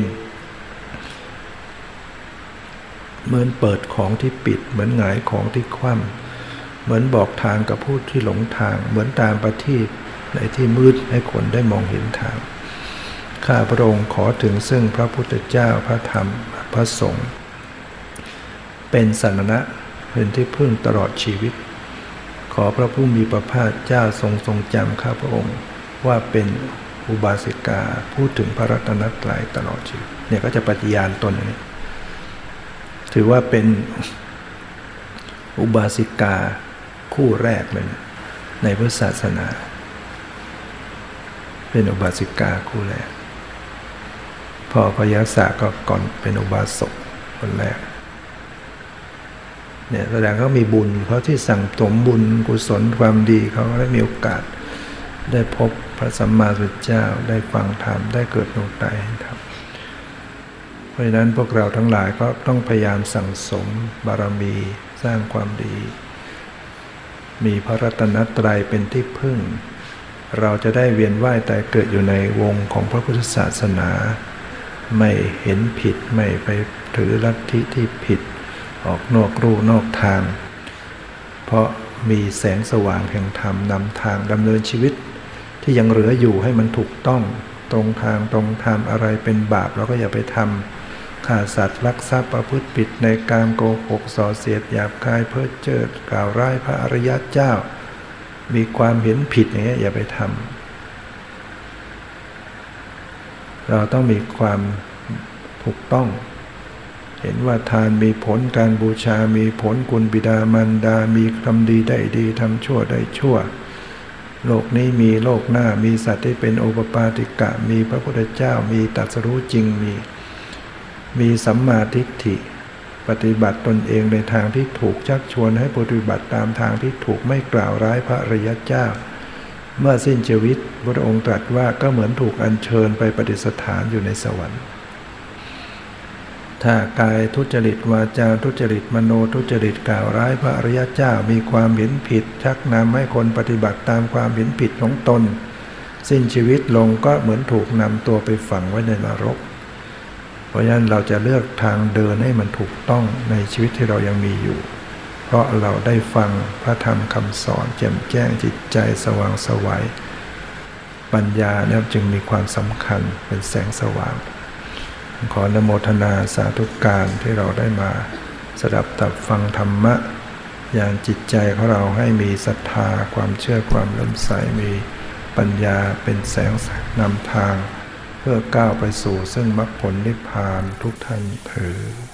เหมือนเปิดของที่ปิดเหมือนหงายของที่คว่ำเหมือนบอกทางกับผู้ที่หลงทางเหมือนตามประทีปในที่มืดให้คนได้มองเห็นทางข้าพระองค์ขอถึงซึ่งพระพุทธเจ้าพระธรรมพระสงฆ์เป็นสรณะเป็นที่พึ่งตลอดชีวิตขอพระผู้มีพระภาคเจ้าทรงทรงจำข้าพระองค์ว่าเป็นอุบาสิกาพูดถึงพระรัตนตรัยตลอดชีวิตเนี่ยก็จะปฏิญาณตนอย่างนี้ถือว่าเป็นอุบาสิกาคู่แรกเลยในพุทธศาสนาเป็นอุบาสิกาคู่แรกพ่อพยาศาก็ก่อนเป็นอุบาสกคนแรกเนี่ยแสดงเขามีบุญเขาที่สั่งสมบุญกุศลความดีเขาได้มีโอกาสได้พบพระสัมมาสัมพุทธเจ้าได้ฟังธรรมได้เกิดโนตายธรรมเพราะฉะนั้นพวกเราทั้งหลายก็ต้องพยายามสั่งสมบารมีสร้างความดีมีพระรัตนตรัยเป็นที่พึ่งเราจะได้เวียนว่ายตายเกิดอยู่ในวงของพระพุทธศาสนาไม่เห็นผิดไม่ไปถือลัทธิที่ผิดออกนอกรูนอกทางเพราะมีแสงสว่างแห่งธรรมนำทางดำเนินชีวิตที่ยังเหลืออยู่ให้มันถูกต้องตรงทางตรงธรรมอะไรเป็นบาปเราก็อย่าไปทำฆ่าสัตว์ลักทรัพย์ประพฤติผิดในกามโกหกส่อเสียดหยาบคายเพ้อเจ้อกล่าวร้ายพระอริยเจ้ามีความเห็นผิดอย่างเงี้ยอย่าไปทำเราต้องมีความถูกต้องเห็นว่าทานมีผลการบูชามีผลคุณบิดามารดามีทำดีได้ดีทำชั่วได้ชั่วโลกนี้มีโลกหน้ามีสัตว์ที่เป็นโอปปาติกะมีพระพุทธเจ้ามีตรัสรู้จริงมีมีสัมมาทิฏฐิปฏิบัติตนเองในทางที่ถูกชักชวนให้ปฏิบัติตามทางที่ถูกไม่กล่าวร้ายพระอริยเจ้าเมื่อสิ้นชีวิตพระองค์ตรัสว่าก็เหมือนถูกอัญเชิญไปประดิษฐานอยู่ในสวรรค์ถ้ากายทุจริตวาจาทุจริตมโนทุจริตกล่าวร้ายพระอริยเจ้ามีความเห็นผิดชักนำให้คนปฏิบัติตามความเห็นผิดของตนสิ้นชีวิตลงก็เหมือนถูกนำตัวไปฝังไว้ในนรกเพราะฉะนั้นเราจะเลือกทางเดินให้มันถูกต้องในชีวิตที่เรายังมีอยู่เพราะเราได้ฟังพระธรรมคำสอนแจ่มแจ้งจิตใจสว่างไสวปัญญาเนี่ยจึงมีความสำคัญเป็นแสงสว่างขออนุโมทนาสาธุการที่เราได้มาสดับตับฟังธรรมะอย่างจิตใจของเราให้มีศรัทธาความเชื่อความเลื่อมใสมีปัญญาเป็นแสงนำทางเพื่อก้าวไปสู่ซึ่งมรรคผลนิพพานทุกท่านเถิด